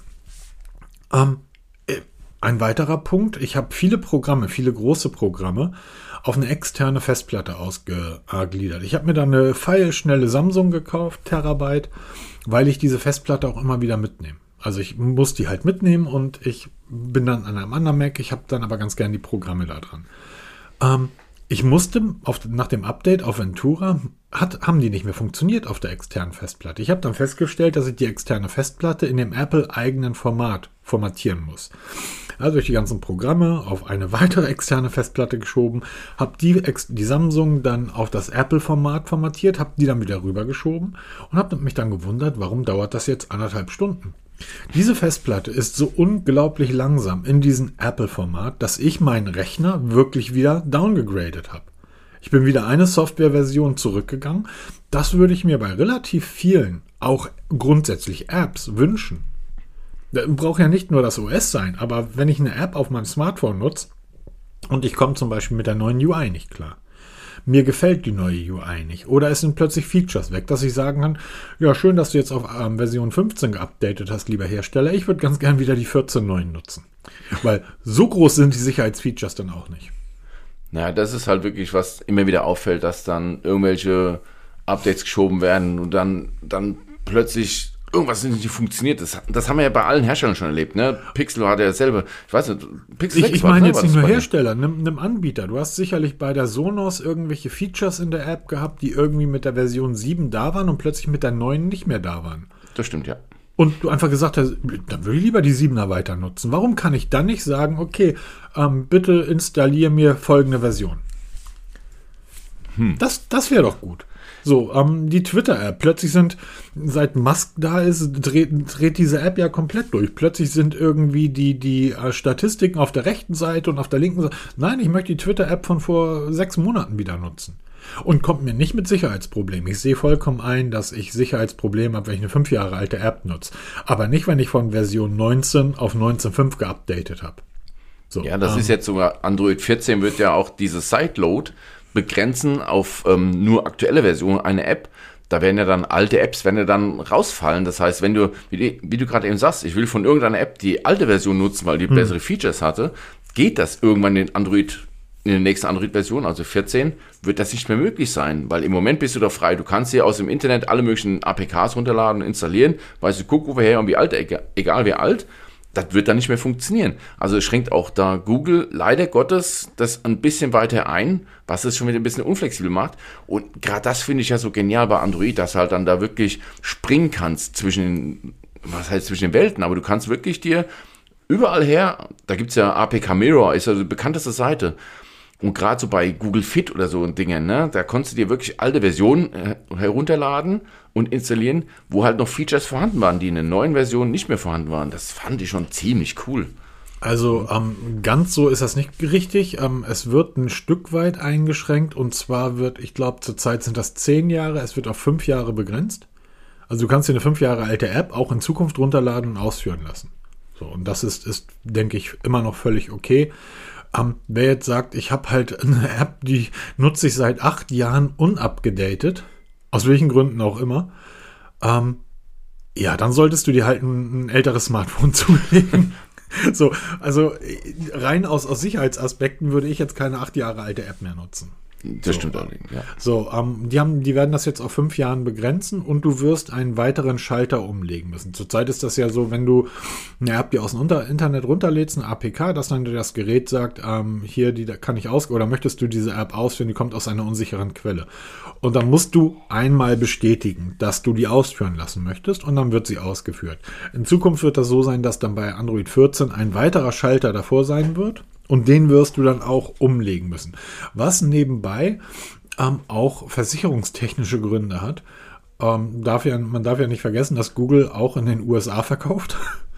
Ähm, ein weiterer Punkt, ich habe viele Programme, viele große Programme auf eine externe Festplatte ausgegliedert. Ich habe mir dann eine feilschnelle Samsung gekauft, Terabyte, weil ich diese Festplatte auch immer wieder mitnehme. Also ich muss die halt mitnehmen und ich bin dann an einem anderen Mac, ich habe dann aber ganz gern die Programme da dran. Ähm, ich musste auf, nach dem Update auf Ventura, hat, haben die nicht mehr funktioniert auf der externen Festplatte. Ich habe dann festgestellt, dass ich die externe Festplatte in dem Apple-eigenen Format formatieren muss. Also durch die ganzen Programme auf eine weitere externe Festplatte geschoben, habe die, die Samsung dann auf das Apple-Format formatiert, habe die dann wieder rübergeschoben und habe mich dann gewundert, warum dauert das jetzt anderthalb Stunden. Diese Festplatte ist so unglaublich langsam in diesem Apple-Format, dass ich meinen Rechner wirklich wieder downgegradet habe. Ich bin wieder eine Softwareversion zurückgegangen. Das würde ich mir bei relativ vielen, auch grundsätzlich Apps, wünschen. Das braucht ja nicht nur das O S sein, aber wenn ich eine App auf meinem Smartphone nutze und ich komme zum Beispiel mit der neuen U I nicht klar, mir gefällt die neue U I nicht oder es sind plötzlich Features weg, dass ich sagen kann, ja, schön, dass du jetzt auf ähm, Version fünfzehn geupdatet hast, lieber Hersteller, ich würde ganz gern wieder die vierzehn Punkt neun nutzen. Weil so groß sind die Sicherheitsfeatures dann auch nicht. Naja, das ist halt wirklich, was immer wieder auffällt, dass dann irgendwelche Updates geschoben werden und dann, dann plötzlich irgendwas nicht funktioniert. Das, das haben wir ja bei allen Herstellern schon erlebt. Ne? Pixel hatte ja selber, ich weiß nicht, Pixel Ich, sechs ich meine ne? jetzt nicht nur bei Hersteller, nimm, nimm Anbieter. Du hast sicherlich bei der Sonos irgendwelche Features in der App gehabt, die irgendwie mit der Version sieben da waren und plötzlich mit der neuen nicht mehr da waren. Das stimmt, ja. Und du einfach gesagt hast, dann würde ich lieber die siebener weiter nutzen. Warum kann ich dann nicht sagen, okay, ähm, bitte installier mir folgende Version? Hm. Das, das wäre doch gut. So, ähm, die Twitter-App. Plötzlich sind, seit Musk da ist, dreht, dreht diese App ja komplett durch. Plötzlich sind irgendwie die, die äh, Statistiken auf der rechten Seite und auf der linken Seite. Nein, ich möchte die Twitter-App von vor sechs Monaten wieder nutzen. Und kommt mir nicht mit Sicherheitsproblemen. Ich sehe vollkommen ein, dass ich Sicherheitsprobleme habe, wenn ich eine fünf Jahre alte App nutze. Aber nicht, wenn ich von Version neunzehn auf neunzehn Punkt fünf geupdatet habe. So, ja, das ähm, ist jetzt sogar, Android vierzehn wird ja auch diese Sideload begrenzen auf ähm, nur aktuelle Version eine App. Da werden ja dann alte Apps, werden ja dann rausfallen. Das heißt, wenn du, wie, die, wie du gerade eben sagst, ich will von irgendeiner App die alte Version nutzen, weil die hm. bessere Features hatte, geht das irgendwann in Android, in der nächsten Android-Version, also vierzehn, wird das nicht mehr möglich sein, weil im Moment bist du doch frei. Du kannst dir aus dem Internet alle möglichen A P Ks runterladen und installieren, weißt du, guck woher und wie alt, egal wie alt, das wird dann nicht mehr funktionieren. Also es schränkt auch da Google leider Gottes das ein bisschen weiter ein, was es schon wieder ein bisschen unflexibel macht. Und gerade das finde ich ja so genial bei Android, dass du halt dann da wirklich springen kannst zwischen, was heißt zwischen den Welten, aber du kannst wirklich dir überall her, da gibt es ja A P K Mirror, ist ja die bekannteste Seite. Und gerade so bei Google Fit oder so Dingen, ne, da konntest du dir wirklich alte Versionen äh, herunterladen und installieren, wo halt noch Features vorhanden waren, die in den neuen Versionen nicht mehr vorhanden waren. Das fand ich schon ziemlich cool. Also ähm, ganz so ist das nicht richtig. Ähm, es wird ein Stück weit eingeschränkt und zwar wird, ich glaube zurzeit sind das zehn Jahre, es wird auf fünf Jahre begrenzt. Also du kannst dir eine fünf Jahre alte App auch in Zukunft runterladen und ausführen lassen. So, und das ist, ist denke ich, immer noch völlig okay. Um, wer jetzt sagt, ich habe halt eine App, die nutze ich seit acht Jahren unupgedatet, aus welchen Gründen auch immer, ähm, ja, dann solltest du dir halt ein, ein älteres Smartphone zulegen. So, also rein aus, aus Sicherheitsaspekten würde ich jetzt keine acht Jahre alte App mehr nutzen. Das so, stimmt allerdings, ja. So, ähm, die, haben, die werden das jetzt auf fünf Jahren begrenzen und du wirst einen weiteren Schalter umlegen müssen. Zurzeit ist das ja so, wenn du eine App, die aus dem Unter- Internet runterlädst, eine A P K, dass dann das Gerät sagt, ähm, hier, die da kann ich aus, oder möchtest du diese App ausführen, die kommt aus einer unsicheren Quelle. Und dann musst du einmal bestätigen, dass du die ausführen lassen möchtest und dann wird sie ausgeführt. In Zukunft wird das so sein, dass dann bei Android vierzehn ein weiterer Schalter davor sein wird. Und den wirst du dann auch umlegen müssen. Was nebenbei ähm, auch versicherungstechnische Gründe hat. Ähm, darf ja, man darf ja nicht vergessen, dass Google auch in den U S A verkauft.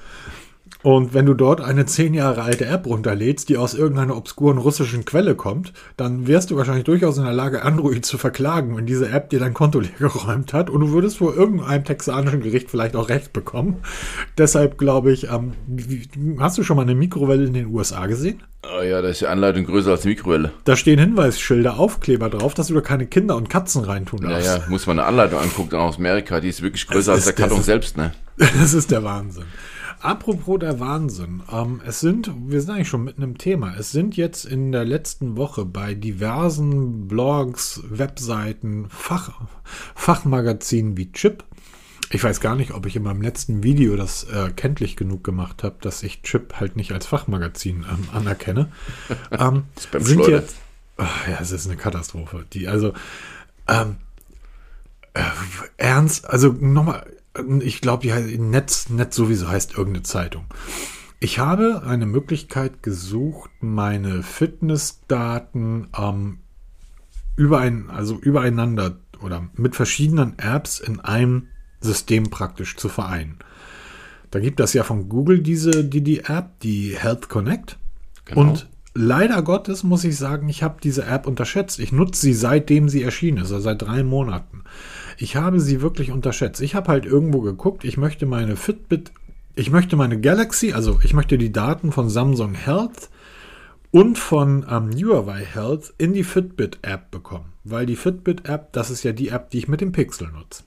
Und wenn du dort eine zehn Jahre alte App runterlädst, die aus irgendeiner obskuren russischen Quelle kommt, dann wärst du wahrscheinlich durchaus in der Lage, Android zu verklagen, wenn diese App dir dein Konto leer geräumt hat. Und du würdest vor irgendeinem texanischen Gericht vielleicht auch Recht bekommen. Deshalb glaube ich, ähm, wie, hast du schon mal eine Mikrowelle in den U S A gesehen? Oh ja, da ist die Anleitung größer als die Mikrowelle. Da stehen Hinweisschilder, Aufkleber drauf, dass du da keine Kinder und Katzen reintun darfst. Ja, ja, muss man eine Anleitung angucken aus Amerika, die ist wirklich größer als der Karton selbst, ne? Das ist der Wahnsinn. Apropos der Wahnsinn, ähm, es sind, wir sind eigentlich schon mitten im Thema, es sind jetzt in der letzten Woche bei diversen Blogs, Webseiten, Fach, Fachmagazinen wie Chip, ich weiß gar nicht, ob ich in meinem letzten Video das äh, kenntlich genug gemacht habe, dass ich Chip halt nicht als Fachmagazin ähm, anerkenne, ähm, sind, jetzt, Ach, ja, es ist eine Katastrophe. Die, also, ähm, äh, ernst, also nochmal, ich glaube, die heißt, Netz, Netz sowieso heißt irgendeine Zeitung. Ich habe eine Möglichkeit gesucht, meine Fitnessdaten ähm, überein, also übereinander oder mit verschiedenen Apps in einem System praktisch zu vereinen. Da gibt es ja von Google diese die, die App, die Health Connect. Genau. Und leider Gottes muss ich sagen, ich habe diese App unterschätzt. Ich nutze sie seitdem sie erschienen ist, also seit drei Monaten. Ich habe sie wirklich unterschätzt. Ich habe halt irgendwo geguckt, ich möchte meine Fitbit, ich möchte meine Galaxy, also ich möchte die Daten von Samsung Health und von ähm, Huawei Health in die Fitbit-App bekommen. Weil die Fitbit-App, das ist ja die App, die ich mit dem Pixel nutze.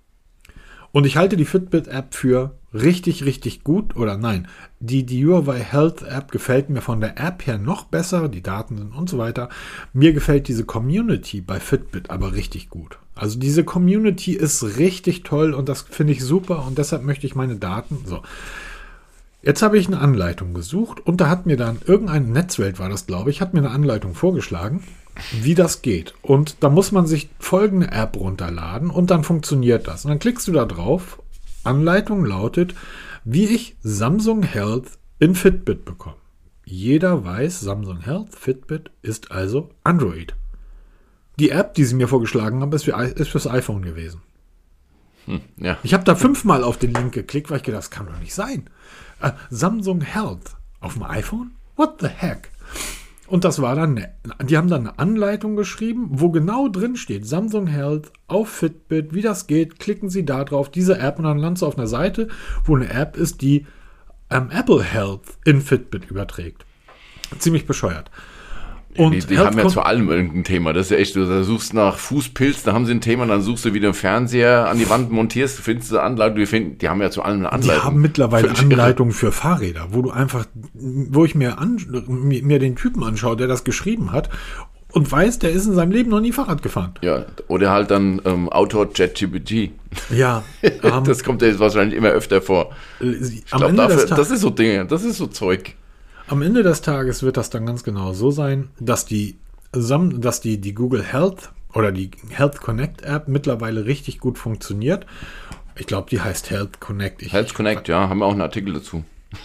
Und ich halte die Fitbit-App für richtig, richtig gut. Oder nein, die, die Huawei Health-App gefällt mir von der App her noch besser. Die Daten sind und so weiter. Mir gefällt diese Community bei Fitbit aber richtig gut. Also diese Community ist richtig toll und das finde ich super. Und deshalb möchte ich meine Daten... So. Jetzt habe ich eine Anleitung gesucht und da hat mir dann irgendein Netzwelt war das, glaube ich, hat mir eine Anleitung vorgeschlagen, wie das geht. Und da muss man sich folgende App runterladen und dann funktioniert das. Und dann klickst du da drauf. Anleitung lautet, wie ich Samsung Health in Fitbit bekomme. Jeder weiß, Samsung Health, Fitbit ist also Android. Die App, die sie mir vorgeschlagen haben, ist, für, ist fürs iPhone gewesen. Hm, ja. Ich habe da fünfmal auf den Link geklickt, weil ich gedacht, das kann doch nicht sein. Äh, Samsung Health auf dem iPhone? What the heck? Und das war dann, eine, die haben dann eine Anleitung geschrieben, wo genau drin steht, Samsung Health auf Fitbit, wie das geht, klicken Sie da drauf, diese App, und dann landen Sie auf einer Seite, wo eine App ist, die ähm, Apple Health in Fitbit überträgt. Ziemlich bescheuert. Und die, die haben ja zu allem irgendein Thema. Das ist ja echt, du suchst nach Fußpilz, da haben sie ein Thema, dann suchst du wieder einen Fernseher an die Wand montierst, findest du Anleitung, die, finden, die haben ja zu allem eine Anleitung. Die haben mittlerweile Völlig Anleitungen irre. Für Fahrräder, wo du einfach, wo ich mir, an, mir den Typen anschaue, der das geschrieben hat und weiß, der ist in seinem Leben noch nie Fahrrad gefahren. Ja, oder halt dann ähm, Autor ChatGPT. Ja. Um, das kommt ja jetzt wahrscheinlich immer öfter vor. Ich glaube, dafür, das ist so Dinge, das ist so Zeug. Am Ende des Tages wird das dann ganz genau so sein, dass die, dass die, die Google Health oder die Health Connect App mittlerweile richtig gut funktioniert. Ich glaube, die heißt Health Connect. Ich, Health Connect, ja, haben wir auch einen Artikel dazu.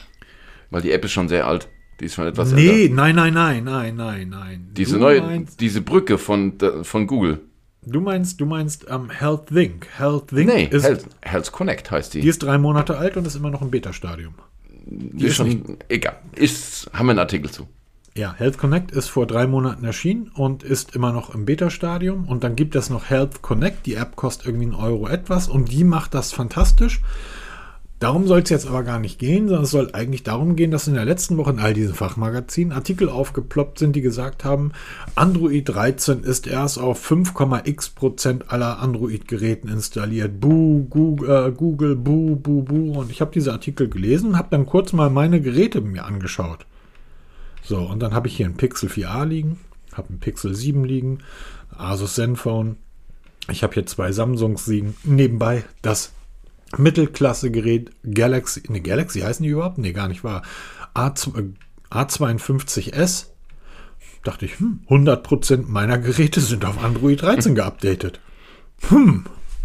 Weil die App ist schon sehr alt. Die ist schon etwas nee, älter. nein, nein, nein, nein, nein, nein. Diese neue, meinst, diese Brücke von, von Google. Du meinst, du meinst um, Health Think. Health Think nee, ist, Health, Health Connect heißt die. Die ist drei Monate alt und ist immer noch im Beta-Stadium. Die ist schon, nicht, egal, ist, haben wir einen Artikel zu. Ja, Health Connect ist vor drei Monaten erschienen und ist immer noch im Beta-Stadium. Und dann gibt es noch Health Connect, die App kostet irgendwie einen Euro etwas und die macht das fantastisch. Darum soll es jetzt aber gar nicht gehen, sondern es soll eigentlich darum gehen, dass in der letzten Woche in all diesen Fachmagazinen Artikel aufgeploppt sind, die gesagt haben, Android dreizehn ist erst auf fünf Komma x Prozent aller Android-Geräten installiert. Buh, Google, äh, Google, buh, buh, buh. Und ich habe diese Artikel gelesen und habe dann kurz mal meine Geräte mir angeschaut. So, und dann habe ich hier ein Pixel vier a liegen, habe ein Pixel sieben liegen, Asus Zenfone. Ich habe hier zwei Samsungs liegen. Nebenbei das Mittelklasse-Gerät Galaxy, ne, Galaxy heißen die überhaupt? Ne, gar nicht wahr. A zweiundfünfzig S. Dachte ich, hm, hundert Prozent meiner Geräte sind auf Android dreizehn geupdatet. Hm.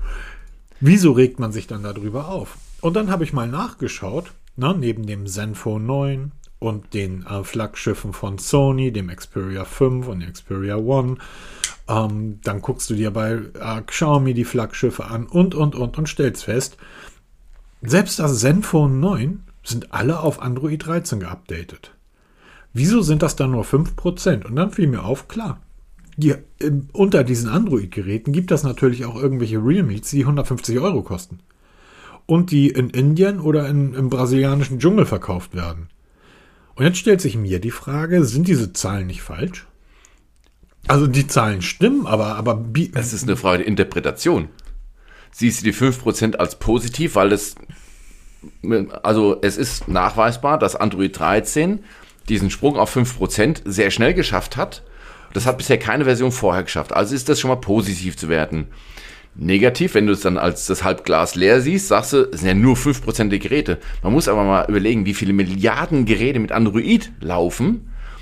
Wieso regt man sich dann darüber auf? Und dann habe ich mal nachgeschaut, na, neben dem Zenfone neun und den äh, Flaggschiffen von Sony, dem Xperia fünf und dem Xperia One. Ähm, dann guckst du dir bei äh, Xiaomi die Flaggschiffe an und, und, und und stellst fest, selbst das Zenfone neun sind alle auf Android dreizehn geupdatet. Wieso sind das dann nur fünf Prozent? Und dann fiel mir auf, klar, die, äh, unter diesen Android-Geräten gibt es natürlich auch irgendwelche Realmes, die hundertfünfzig Euro kosten. Und die in Indien oder in, im brasilianischen Dschungel verkauft werden. Und jetzt stellt sich mir die Frage, sind diese Zahlen nicht falsch? Also die Zahlen stimmen, aber... aber es ist eine Frage der Interpretation. Siehst du die fünf Prozent als positiv, weil es... Also es ist nachweisbar, dass Android dreizehn diesen Sprung auf fünf Prozent sehr schnell geschafft hat. Das hat bisher keine Version vorher geschafft. Also ist das schon mal positiv zu werten. Negativ, wenn du es dann als das Halbglas leer siehst, sagst du, es sind ja nur fünf Prozent der Geräte. Man muss aber mal überlegen, wie viele Milliarden Geräte mit Android laufen.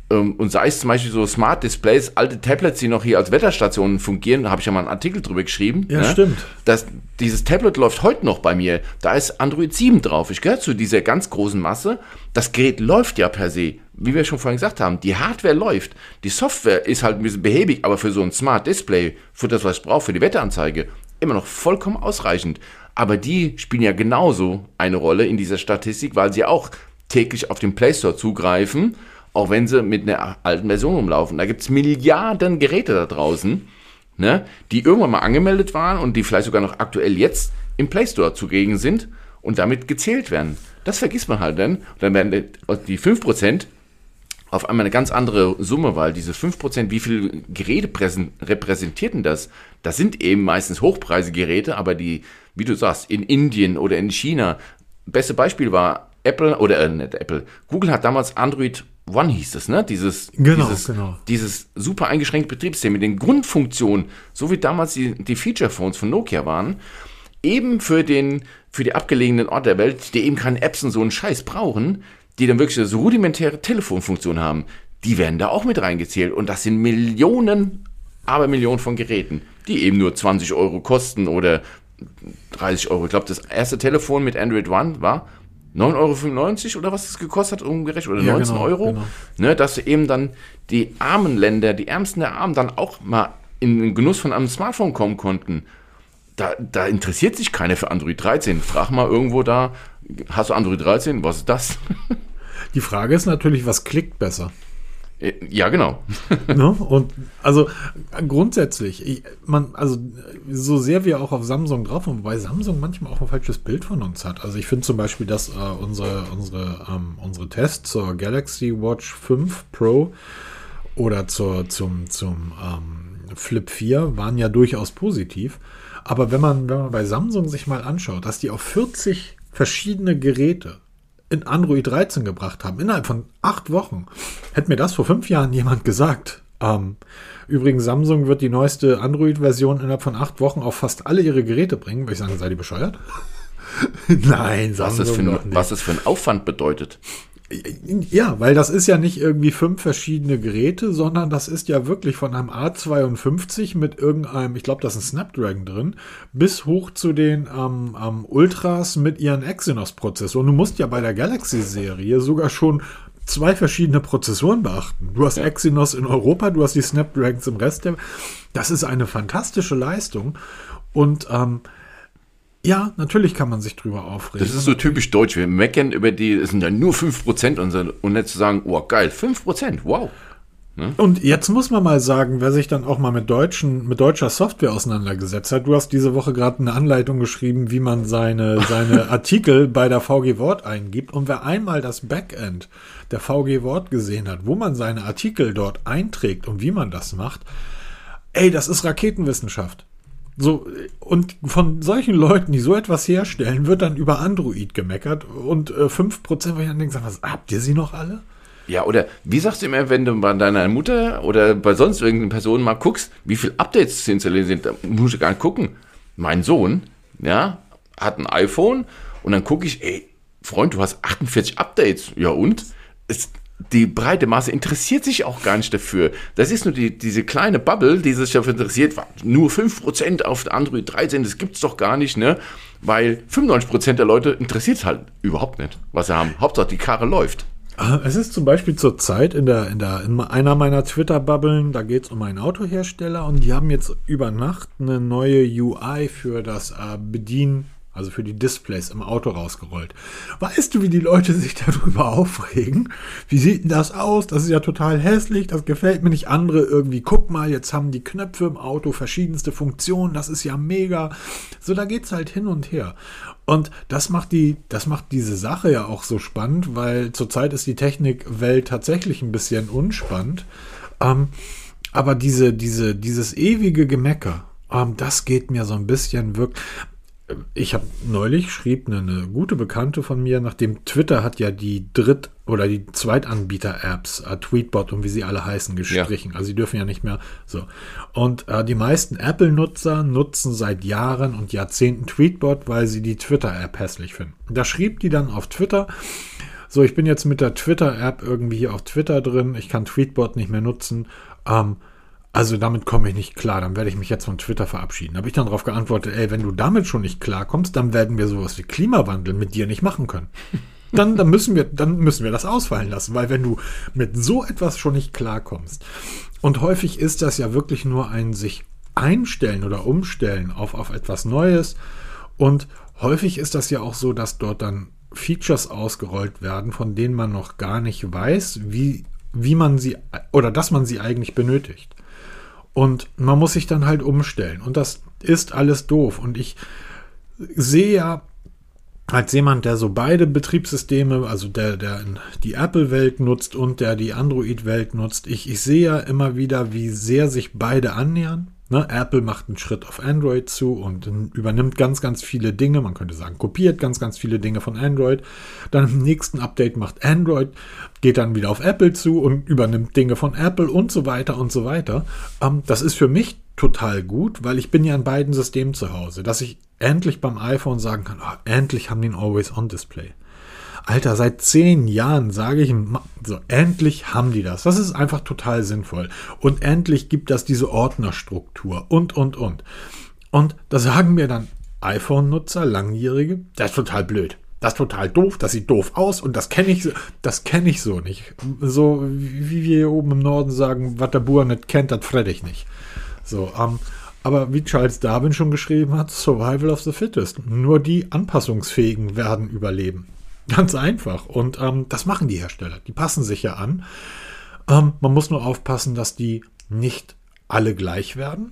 Und sei es zum Beispiel so Smart Displays, alte Tablets, die noch hier als Wetterstationen fungieren, da habe ich ja mal einen Artikel drüber geschrieben. Ja, ne? stimmt. Das, dieses Tablet läuft heute noch bei mir. Da ist Android sieben drauf. Ich gehöre zu dieser ganz großen Masse. Das Gerät läuft ja per se. Wie wir schon vorhin gesagt haben, die Hardware läuft. Die Software ist halt ein bisschen behäbig, aber für so ein Smart Display, für das, was ich brauche, für die Wetteranzeige, immer noch vollkommen ausreichend. Aber die spielen ja genauso eine Rolle in dieser Statistik, weil sie auch täglich auf den Play Store zugreifen, auch wenn sie mit einer alten Version rumlaufen. Da gibt es Milliarden Geräte da draußen, ne, die irgendwann mal angemeldet waren und die vielleicht sogar noch aktuell jetzt im Play Store zugegen sind und damit gezählt werden. Das vergisst man halt dann. Und dann werden die fünf Prozent auf einmal eine ganz andere Summe, weil diese fünf Prozent, wie viele Geräte repräsentierten das? Das sind eben meistens hochpreisige Geräte, aber die, wie du sagst, in Indien oder in China, beste Beispiel war Apple, oder äh, nicht Apple, Google hat damals Android One hieß es, ne? Dieses, genau, dieses, genau. dieses super eingeschränkte Betriebssystem mit den Grundfunktionen, so wie damals die, die Feature-Phones von Nokia waren, eben für den, für die abgelegenen Orte der Welt, die eben keine Apps und so einen Scheiß brauchen, die dann wirklich so rudimentäre Telefonfunktionen haben, die werden da auch mit reingezählt. Und das sind Millionen, aber Millionen von Geräten, die eben nur zwanzig Euro kosten oder dreißig Euro. Ich glaube, das erste Telefon mit Android One war neun Euro fünfundneunzig oder was es gekostet hat, umgerechnet, oder ja, neunzehn genau, Euro, genau. Ne, dass eben dann die armen Länder, die Ärmsten der Armen, dann auch mal in den Genuss von einem Smartphone kommen konnten. Da, da interessiert sich keiner für Android dreizehn. Frag mal irgendwo da, hast du Android dreizehn? Was ist das? Die Frage ist natürlich, was klickt besser? Ja, genau. Ne? Und also grundsätzlich, ich, man, also so sehr wir auch auf Samsung drauf sind, wobei Samsung manchmal auch ein falsches Bild von uns hat. Also ich finde zum Beispiel, dass äh, unsere, unsere, ähm, unsere Tests zur Galaxy Watch fünf Pro oder zur, zum, zum ähm, Flip vier waren ja durchaus positiv. Aber wenn man, wenn man bei Samsung sich mal anschaut, dass die auf vierzig verschiedene Geräte in Android dreizehn gebracht haben, innerhalb von acht Wochen. Hätte mir das vor fünf Jahren jemand gesagt. Ähm, übrigens, Samsung wird die neueste Android-Version innerhalb von acht Wochen auf fast alle ihre Geräte bringen. Würde ich sagen, seid ihr bescheuert? Nein, Samsung was das, für ein, was das für ein Aufwand bedeutet. Ja, weil das ist ja nicht irgendwie fünf verschiedene Geräte, sondern das ist ja wirklich von einem A zweiundfünfzig mit irgendeinem, ich glaube, da ist ein Snapdragon drin, bis hoch zu den ähm, ähm, Ultras mit ihren Exynos-Prozessoren. Du musst ja bei der Galaxy-Serie sogar schon zwei verschiedene Prozessoren beachten. Du hast Exynos in Europa, du hast die Snapdragons im Rest der... Das ist eine fantastische Leistung und ähm, ja, natürlich kann man sich drüber aufregen. Das ist so typisch deutsch. Wir meckern über die, es sind ja nur fünf Prozent und nicht zu sagen, oh geil, fünf Prozent, wow. Ne? Und jetzt muss man mal sagen, wer sich dann auch mal mit deutschen, mit deutscher Software auseinandergesetzt hat. Du hast diese Woche gerade eine Anleitung geschrieben, wie man seine, seine Artikel bei der V G Wort eingibt. Und wer einmal das Backend der V G Wort gesehen hat, wo man seine Artikel dort einträgt und wie man das macht, ey, das ist Raketenwissenschaft. So, und von solchen Leuten, die so etwas herstellen, wird dann über Android gemeckert und äh, fünf Prozent, wo ich dann denke, was, habt ihr sie noch alle? Ja, oder wie sagst du immer, wenn du bei deiner Mutter oder bei sonst irgendeiner Person mal guckst, wie viele Updates zu installieren sind, da musst du gar nicht gucken. Mein Sohn, ja, hat ein iPhone und dann gucke ich, ey, Freund, du hast achtundvierzig Updates. Ja und? Es, die breite Masse interessiert sich auch gar nicht dafür. Das ist nur die, diese kleine Bubble, die sich dafür interessiert. Nur fünf Prozent auf Android dreizehn, das gibt's doch gar nicht, ne? Weil fünfundneunzig Prozent der Leute interessiert halt überhaupt nicht, was sie haben. Hauptsache die Karre läuft. Es ist zum Beispiel zur Zeit in der, in der, in einer meiner Twitter-Bubbeln, da geht es um einen Autohersteller und die haben jetzt über Nacht eine neue U I für das äh, Bedienen, also für die Displays im Auto rausgerollt. Weißt du, wie die Leute sich darüber aufregen? Wie sieht denn das aus? Das ist ja total hässlich, das gefällt mir nicht. Andere irgendwie, guck mal, jetzt haben die Knöpfe im Auto verschiedenste Funktionen, das ist ja mega. So, da geht's halt hin und her. Und das macht die, das macht diese Sache ja auch so spannend, weil zurzeit ist die Technikwelt tatsächlich ein bisschen unspannend. Ähm, aber diese, diese, dieses ewige Gemecker, ähm, das geht mir so ein bisschen wirklich. Ich habe neulich, schrieb eine, eine gute Bekannte von mir, nachdem Twitter hat ja die Dritt- oder die Zweitanbieter-Apps, äh, Tweetbot und wie sie alle heißen, gestrichen. Ja. Also sie dürfen ja nicht mehr so. Und äh, die meisten Apple-Nutzer nutzen seit Jahren und Jahrzehnten Tweetbot, weil sie die Twitter-App hässlich finden. Da schrieb die dann auf Twitter, So, ich bin jetzt mit der Twitter-App irgendwie hier auf Twitter drin. Ich kann Tweetbot nicht mehr nutzen. Ähm, also damit komme ich nicht klar. Dann werde ich mich jetzt von Twitter verabschieden. Da habe ich dann darauf geantwortet, ey, wenn du damit schon nicht klarkommst, dann werden wir sowas wie Klimawandel mit dir nicht machen können. Dann, dann, müssen wir, dann müssen wir das ausfallen lassen, weil wenn du mit so etwas schon nicht klarkommst, und häufig ist das ja wirklich nur ein sich einstellen oder umstellen auf, auf etwas Neues, und häufig ist das ja auch so, dass dort dann Features ausgerollt werden, von denen man noch gar nicht weiß, wie, wie man sie oder dass man sie eigentlich benötigt. Und man muss sich dann halt umstellen, und das ist alles doof, und ich sehe ja als jemand, der so beide Betriebssysteme, also der, der die Apple-Welt nutzt und der die Android-Welt nutzt, ich, ich sehe ja immer wieder, wie sehr sich beide annähern. Ne? Apple macht einen Schritt auf Android zu und übernimmt ganz, ganz viele Dinge, man könnte sagen, kopiert ganz, ganz viele Dinge von Android. Dann im nächsten Update macht Android, geht dann wieder auf Apple zu und übernimmt Dinge von Apple und so weiter und so weiter. Ähm, das ist für mich total gut, weil ich bin ja in beiden Systemen zu Hause, dass ich endlich beim iPhone sagen kann, oh, endlich haben die ein Always-On-Display. Alter, seit zehn Jahren sage ich, so, endlich haben die das. Das ist einfach total sinnvoll. Und endlich gibt das diese Ordnerstruktur und, und, und. Und da sagen mir dann iPhone-Nutzer, Langjährige, das ist total blöd. Das ist total doof, das sieht doof aus und das kenne ich, das kenne ich so nicht. So wie wir hier oben im Norden sagen, was der Bauer nicht kennt, das frett ich nicht. So, ähm, aber wie Charles Darwin schon geschrieben hat, Survival of the Fittest. Nur die Anpassungsfähigen werden überleben. Ganz einfach. Und ähm, das machen die Hersteller. Die passen sich ja an. Ähm, man muss nur aufpassen, dass die nicht alle gleich werden.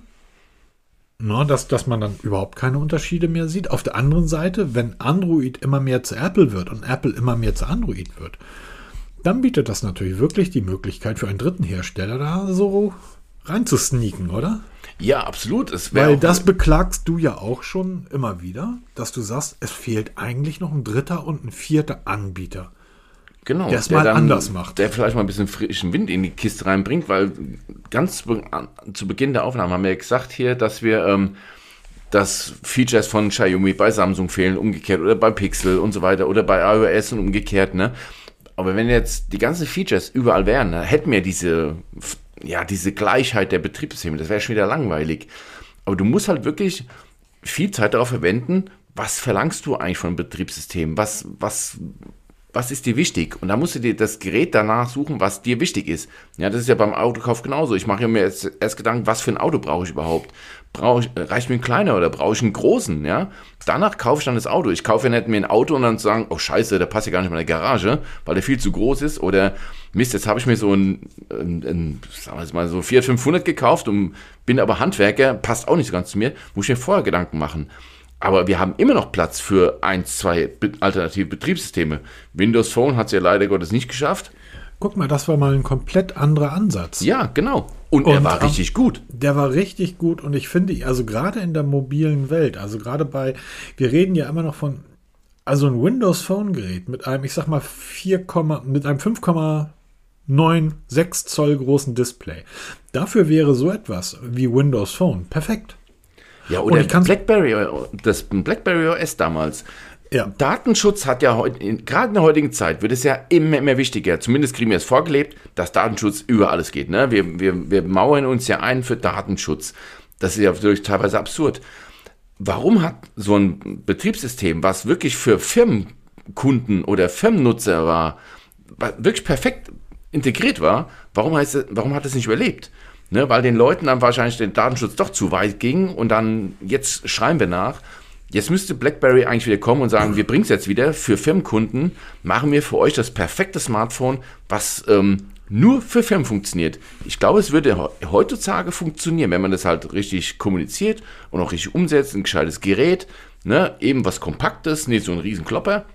Na, dass, dass man dann überhaupt keine Unterschiede mehr sieht. Auf der anderen Seite, wenn Android immer mehr zu Apple wird und Apple immer mehr zu Android wird, dann bietet das natürlich wirklich die Möglichkeit für einen dritten Hersteller da so reinzusneaken, oder? Ja, absolut. Es Weil das beklagst du ja auch schon immer wieder, dass du sagst, es fehlt eigentlich noch ein dritter und ein vierter Anbieter. Genau. Der es mal dann, anders macht. Der vielleicht mal ein bisschen frischen Wind in die Kiste reinbringt, weil ganz zu, zu Beginn der Aufnahme haben wir ja gesagt hier, dass wir ähm, dass Features von Xiaomi bei Samsung fehlen, umgekehrt, oder bei Pixel und so weiter, oder bei iOS und umgekehrt, ne? Aber wenn jetzt die ganzen Features überall wären, ne, hätten wir diese ja, diese Gleichheit der Betriebssysteme, das wäre schon wieder langweilig. Aber du musst halt wirklich viel Zeit darauf verwenden, was verlangst du eigentlich von einem Betriebssystem? Was, was, was ist dir wichtig? Und da musst du dir das Gerät danach suchen, was dir wichtig ist. Ja, das ist ja beim Autokauf genauso. Ich mache mir jetzt erst Gedanken, was für ein Auto brauche ich überhaupt? Brauche ich, reicht mir ein kleiner oder brauche ich einen großen? Ja? Danach kaufe ich dann das Auto. Ich kaufe ja nicht mir ein Auto und dann sagen, oh scheiße, der passt ja gar nicht in meine Garage, weil der viel zu groß ist. Oder Mist, jetzt habe ich mir so ein, ein, ein sagen wir jetzt mal so Fiat fünfhundert gekauft und bin aber Handwerker, passt auch nicht so ganz zu mir. Muss ich mir vorher Gedanken machen. Aber wir haben immer noch Platz für ein, zwei alternative Betriebssysteme. Windows Phone hat es ja leider Gottes nicht geschafft. Guck mal, das war mal ein komplett anderer Ansatz. Ja, genau. Und, und er war richtig gut. Der war richtig gut, und ich finde, also gerade in der mobilen Welt, also gerade bei, wir reden ja immer noch von, also ein Windows Phone Gerät mit einem, ich sag mal, vier, mit einem fünf Komma neun sechs Zoll großen Display. Dafür wäre so etwas wie Windows Phone perfekt. Ja, oder BlackBerry, das BlackBerry O S damals. Ja. Datenschutz hat ja heute, gerade in der heutigen Zeit, wird es ja immer mehr wichtiger. Zumindest kriegen wir es vorgelebt, dass Datenschutz über alles geht. Ne? Wir, wir, wir mauern uns ja ein für Datenschutz. Das ist ja natürlich teilweise absurd. Warum hat so ein Betriebssystem, was wirklich für Firmenkunden oder Firmennutzer war, wirklich perfekt integriert war, warum, heißt es, warum hat es nicht überlebt? Ne? Weil den Leuten dann wahrscheinlich der Datenschutz doch zu weit ging, und dann, jetzt schreien wir nach. Jetzt müsste BlackBerry eigentlich wieder kommen und sagen, wir bringen es jetzt wieder für Firmenkunden, machen wir für euch das perfekte Smartphone, was ähm, nur für Firmen funktioniert. Ich glaube, es würde heutzutage funktionieren, wenn man das halt richtig kommuniziert und auch richtig umsetzt, ein gescheites Gerät, ne? Eben was Kompaktes, nicht so ein Riesenklopper.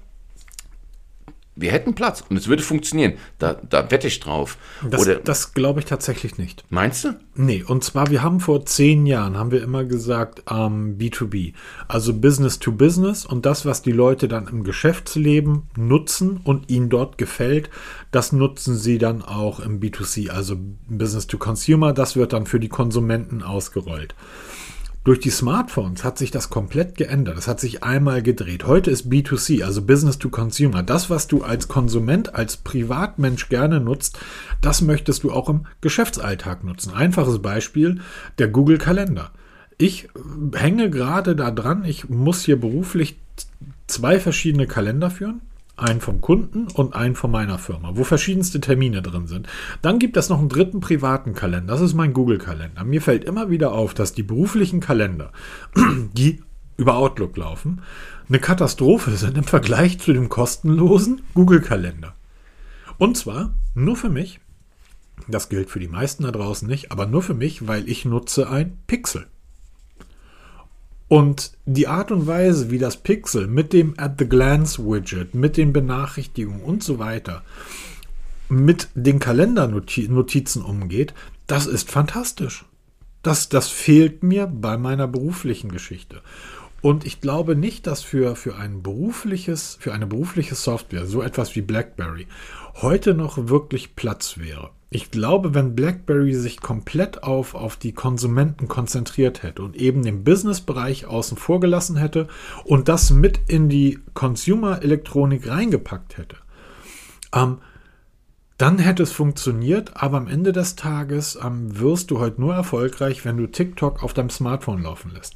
Wir hätten Platz und es würde funktionieren. Da, da wette ich drauf. Das, das glaube ich tatsächlich nicht. Meinst du? Nee, und zwar, wir haben vor zehn Jahren, haben wir immer gesagt, ähm, B to B. Also Business to Business, und das, was die Leute dann im Geschäftsleben nutzen und ihnen dort gefällt, das nutzen sie dann auch im B to C, also Business to Consumer. Das wird dann für die Konsumenten ausgerollt. Durch die Smartphones hat sich das komplett geändert. Das hat sich einmal gedreht. Heute ist B zwei C, also Business to Consumer. Das, was du als Konsument, als Privatmensch gerne nutzt, das möchtest du auch im Geschäftsalltag nutzen. Einfaches Beispiel, der Google Kalender. Ich hänge gerade da dran, ich muss hier beruflich zwei verschiedene Kalender führen. Einen vom Kunden und einen von meiner Firma, wo verschiedenste Termine drin sind. Dann gibt es noch einen dritten privaten Kalender. Das ist mein Google-Kalender. Mir fällt immer wieder auf, dass die beruflichen Kalender, die über Outlook laufen, eine Katastrophe sind im Vergleich zu dem kostenlosen Google-Kalender. Und zwar nur für mich, das gilt für die meisten da draußen nicht, aber nur für mich, weil ich nutze ein Pixel. Und die Art und Weise, wie das Pixel mit dem At-the-Glance-Widget, mit den Benachrichtigungen und so weiter, mit den Kalendernotizen umgeht, das ist fantastisch. Das, das fehlt mir bei meiner beruflichen Geschichte. Und ich glaube nicht, dass für, für, ein berufliches, für eine berufliche Software, so etwas wie BlackBerry, heute noch wirklich Platz wäre. Ich glaube, wenn BlackBerry sich komplett auf, auf die Konsumenten konzentriert hätte und eben den Business-Bereich außen vor gelassen hätte und das mit in die Consumer-Elektronik reingepackt hätte, ähm, dann hätte es funktioniert, aber am Ende des Tages ähm, wirst du heute nur erfolgreich, wenn du TikTok auf deinem Smartphone laufen lässt.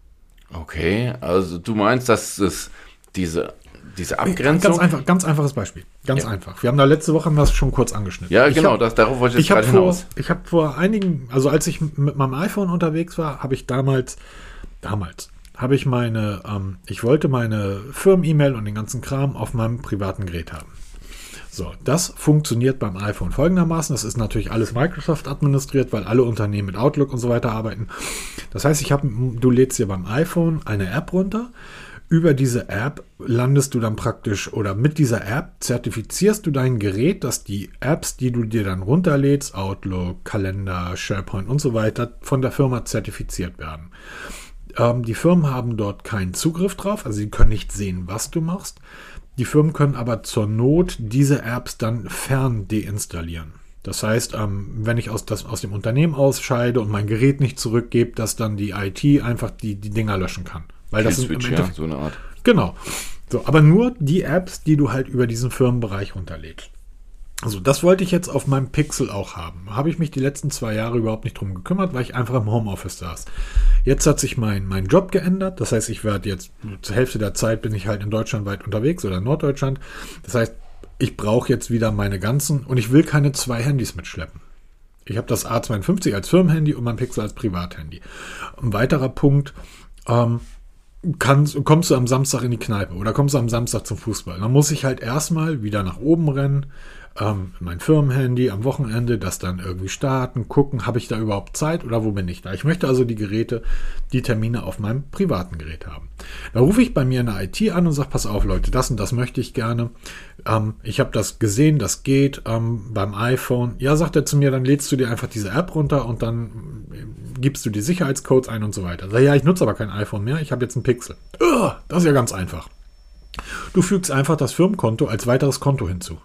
Okay, also du meinst, dass es diese... Diese Abgrenzung? Ganz einfach, ganz einfaches Beispiel. Ganz ja. einfach. Wir haben da letzte Woche haben wir das schon kurz angeschnitten. Ja, ich genau, hab, das, darauf wollte ich jetzt gerade vor, hinaus. Ich habe vor einigen, also als ich mit meinem iPhone unterwegs war, habe ich damals, damals, habe ich meine, ähm, ich wollte meine Firmen-E-Mail und den ganzen Kram auf meinem privaten Gerät haben. So, das funktioniert beim iPhone folgendermaßen. Das ist natürlich alles Microsoft administriert, weil alle Unternehmen mit Outlook und so weiter arbeiten. Das heißt, ich habe, du lädst dir beim iPhone eine App runter. Über diese App landest du dann praktisch oder mit dieser App zertifizierst du dein Gerät, dass die Apps, die du dir dann runterlädst, Outlook, Kalender, SharePoint und so weiter, von der Firma zertifiziert werden. Ähm, die Firmen haben dort keinen Zugriff drauf, also sie können nicht sehen, was du machst. Die Firmen können aber zur Not diese Apps dann fern deinstallieren. Das heißt, ähm, wenn ich aus, das, aus dem Unternehmen ausscheide und mein Gerät nicht zurückgebe, dass dann die I T einfach die, die Dinger löschen kann. Weil das sind im ja, so eine Art. Genau. So, aber nur die Apps, die du halt über diesen Firmenbereich runterlädst. Also das wollte ich jetzt auf meinem Pixel auch haben. Habe ich mich die letzten zwei Jahre überhaupt nicht drum gekümmert, weil ich einfach im Homeoffice saß. Jetzt hat sich mein, mein Job geändert. Das heißt, ich werde jetzt zur Hälfte der Zeit bin ich halt in Deutschland weit unterwegs oder in Norddeutschland. Das heißt, ich brauche jetzt wieder meine ganzen und ich will keine zwei Handys mitschleppen. Ich habe das A zweiundfünfzig als Firmenhandy und mein Pixel als Privathandy. Ein weiterer Punkt, ähm, Kannst, kommst du am Samstag in die Kneipe oder kommst du am Samstag zum Fußball. Dann muss ich halt erstmal wieder nach oben rennen, ähm, mein Firmenhandy am Wochenende, das dann irgendwie starten, gucken, habe ich da überhaupt Zeit oder wo bin ich da. Ich möchte also die Geräte, die Termine auf meinem privaten Gerät haben. Da rufe ich bei mir in der I T an und sage, pass auf Leute, das und das möchte ich gerne. Ähm, ich habe das gesehen, das geht ähm, beim iPhone. Ja, sagt er zu mir, dann lädst du dir einfach diese App runter und dann gibst du die Sicherheitscodes ein und so weiter. Sag, ja, ich nutze aber kein iPhone mehr, ich habe jetzt ein Pixel. Uh, das ist ja ganz einfach. Du fügst einfach das Firmenkonto als weiteres Konto hinzu.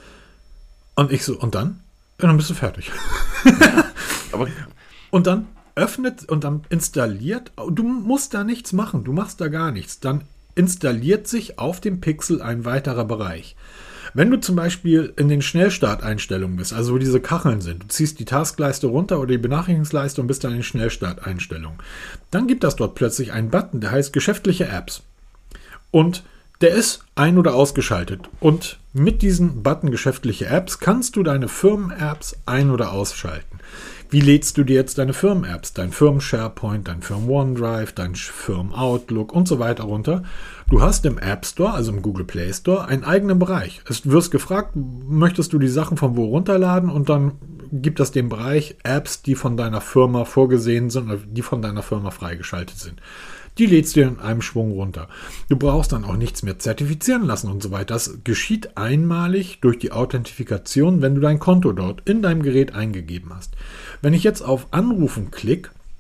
Und ich so, und dann? Ja, dann bist du fertig. aber und dann öffnet und dann installiert, du musst da nichts machen, du machst da gar nichts. Dann installiert sich auf dem Pixel ein weiterer Bereich. Wenn du zum Beispiel in den Schnellstarteinstellungen bist, also wo diese Kacheln sind, du ziehst die Taskleiste runter oder die Benachrichtigungsleiste und bist dann in den Schnellstarteinstellungen, dann gibt es dort plötzlich einen Button, der heißt geschäftliche Apps. Und der ist ein- oder ausgeschaltet. Und mit diesem Button geschäftliche Apps kannst du deine Firmen-Apps ein- oder ausschalten. Wie lädst du dir jetzt deine Firmen-Apps, dein Firmen-SharePoint, dein Firmen-OneDrive, dein Firmen-Outlook und so weiter runter? Du hast im App Store, also im Google Play Store, einen eigenen Bereich. Es wirst gefragt, möchtest du die Sachen von wo runterladen? Und dann gibt es den Bereich Apps, die von deiner Firma vorgesehen sind oder die von deiner Firma freigeschaltet sind. Die lädst du in einem Schwung runter. Du brauchst dann auch nichts mehr zertifizieren lassen und so weiter. Das geschieht einmalig durch die Authentifikation, wenn du dein Konto dort in deinem Gerät eingegeben hast. Wenn ich jetzt auf Anrufen klicke,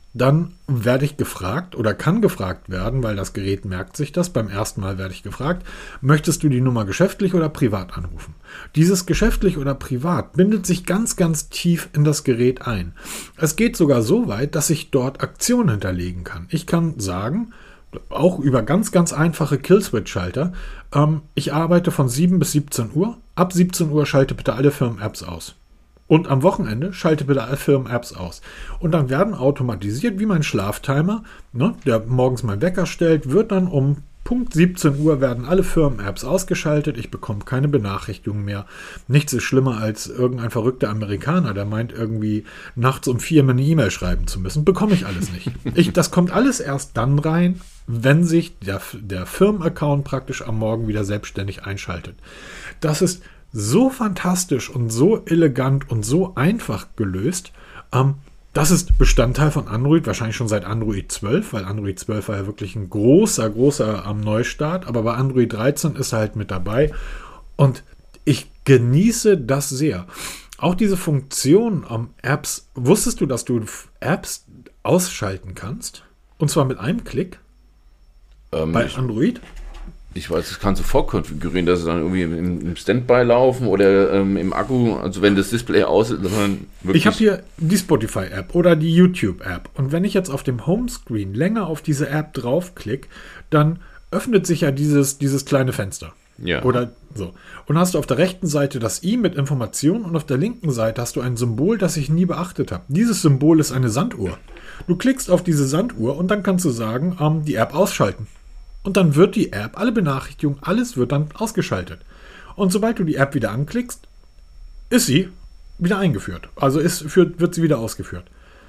dann werde ich gefragt oder kann gefragt werden, weil das Gerät merkt sich das. Beim ersten Mal werde ich gefragt, möchtest du die Nummer geschäftlich oder privat anrufen? Dieses geschäftlich oder privat bindet sich ganz, ganz tief in das Gerät ein. Es geht sogar so weit, dass ich dort Aktionen hinterlegen kann. Ich kann sagen, auch über ganz, ganz einfache Killswitch-Schalter, ähm, ich arbeite von sieben bis siebzehn Uhr. Ab siebzehn Uhr schalte bitte alle Firmen-Apps aus. Und am Wochenende schalte bitte alle Firmen-Apps aus. Und dann werden automatisiert, wie mein Schlaftimer, ne, der morgens meinen Wecker stellt, wird dann um Punkt siebzehn Uhr werden alle Firmen-Apps ausgeschaltet. Ich bekomme keine Benachrichtigungen mehr. Nichts ist schlimmer als irgendein verrückter Amerikaner, der meint irgendwie nachts um vier mir eine E-Mail schreiben zu müssen. Bekomme ich alles nicht. Ich, das kommt alles erst dann rein, wenn sich der, der Firmenaccount praktisch am Morgen wieder selbstständig einschaltet. Das ist so fantastisch und so elegant und so einfach gelöst. Ähm, das ist Bestandteil von Android, wahrscheinlich schon seit Android zwölf, weil Android zwölf war ja wirklich ein großer, großer ähm, Neustart. Aber bei Android dreizehn ist er halt mit dabei. Und ich genieße das sehr. Auch diese Funktion am ähm, Apps. Wusstest du, dass du Apps ausschalten kannst? Und zwar mit einem Klick? Ähm, bei ich, Android? Ich weiß, das kannst du vorkonfigurieren, dass sie dann irgendwie im, im Standby laufen oder ähm, im Akku, also wenn das Display aus ist, dann wirklich. Ich habe hier die Spotify-App oder die YouTube-App und wenn ich jetzt auf dem Homescreen länger auf diese App draufklicke, dann öffnet sich ja dieses, dieses kleine Fenster. Ja. Oder so. Und hast du auf der rechten Seite das i mit Informationen und auf der linken Seite hast du ein Symbol, das ich nie beachtet habe. Dieses Symbol ist eine Sanduhr. Du klickst auf diese Sanduhr und dann kannst du sagen, ähm, die App ausschalten. Und dann wird die App, alle Benachrichtigungen, alles wird dann ausgeschaltet. Und sobald du die App wieder anklickst, ist sie wieder eingeführt. Also ist, führt, wird sie wieder ausgeführt.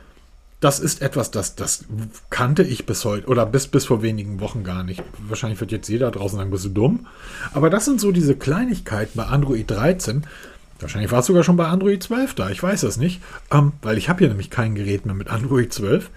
Das ist etwas, das, das kannte ich bis heute oder bis, bis vor wenigen Wochen gar nicht. Wahrscheinlich wird jetzt jeder draußen sagen, bist du dumm. Aber das sind so diese Kleinigkeiten bei Android dreizehn. Wahrscheinlich war es sogar schon bei Android zwölf da, ich weiß es nicht. Ähm, weil ich habe hier nämlich kein Gerät mehr mit Android zwölf.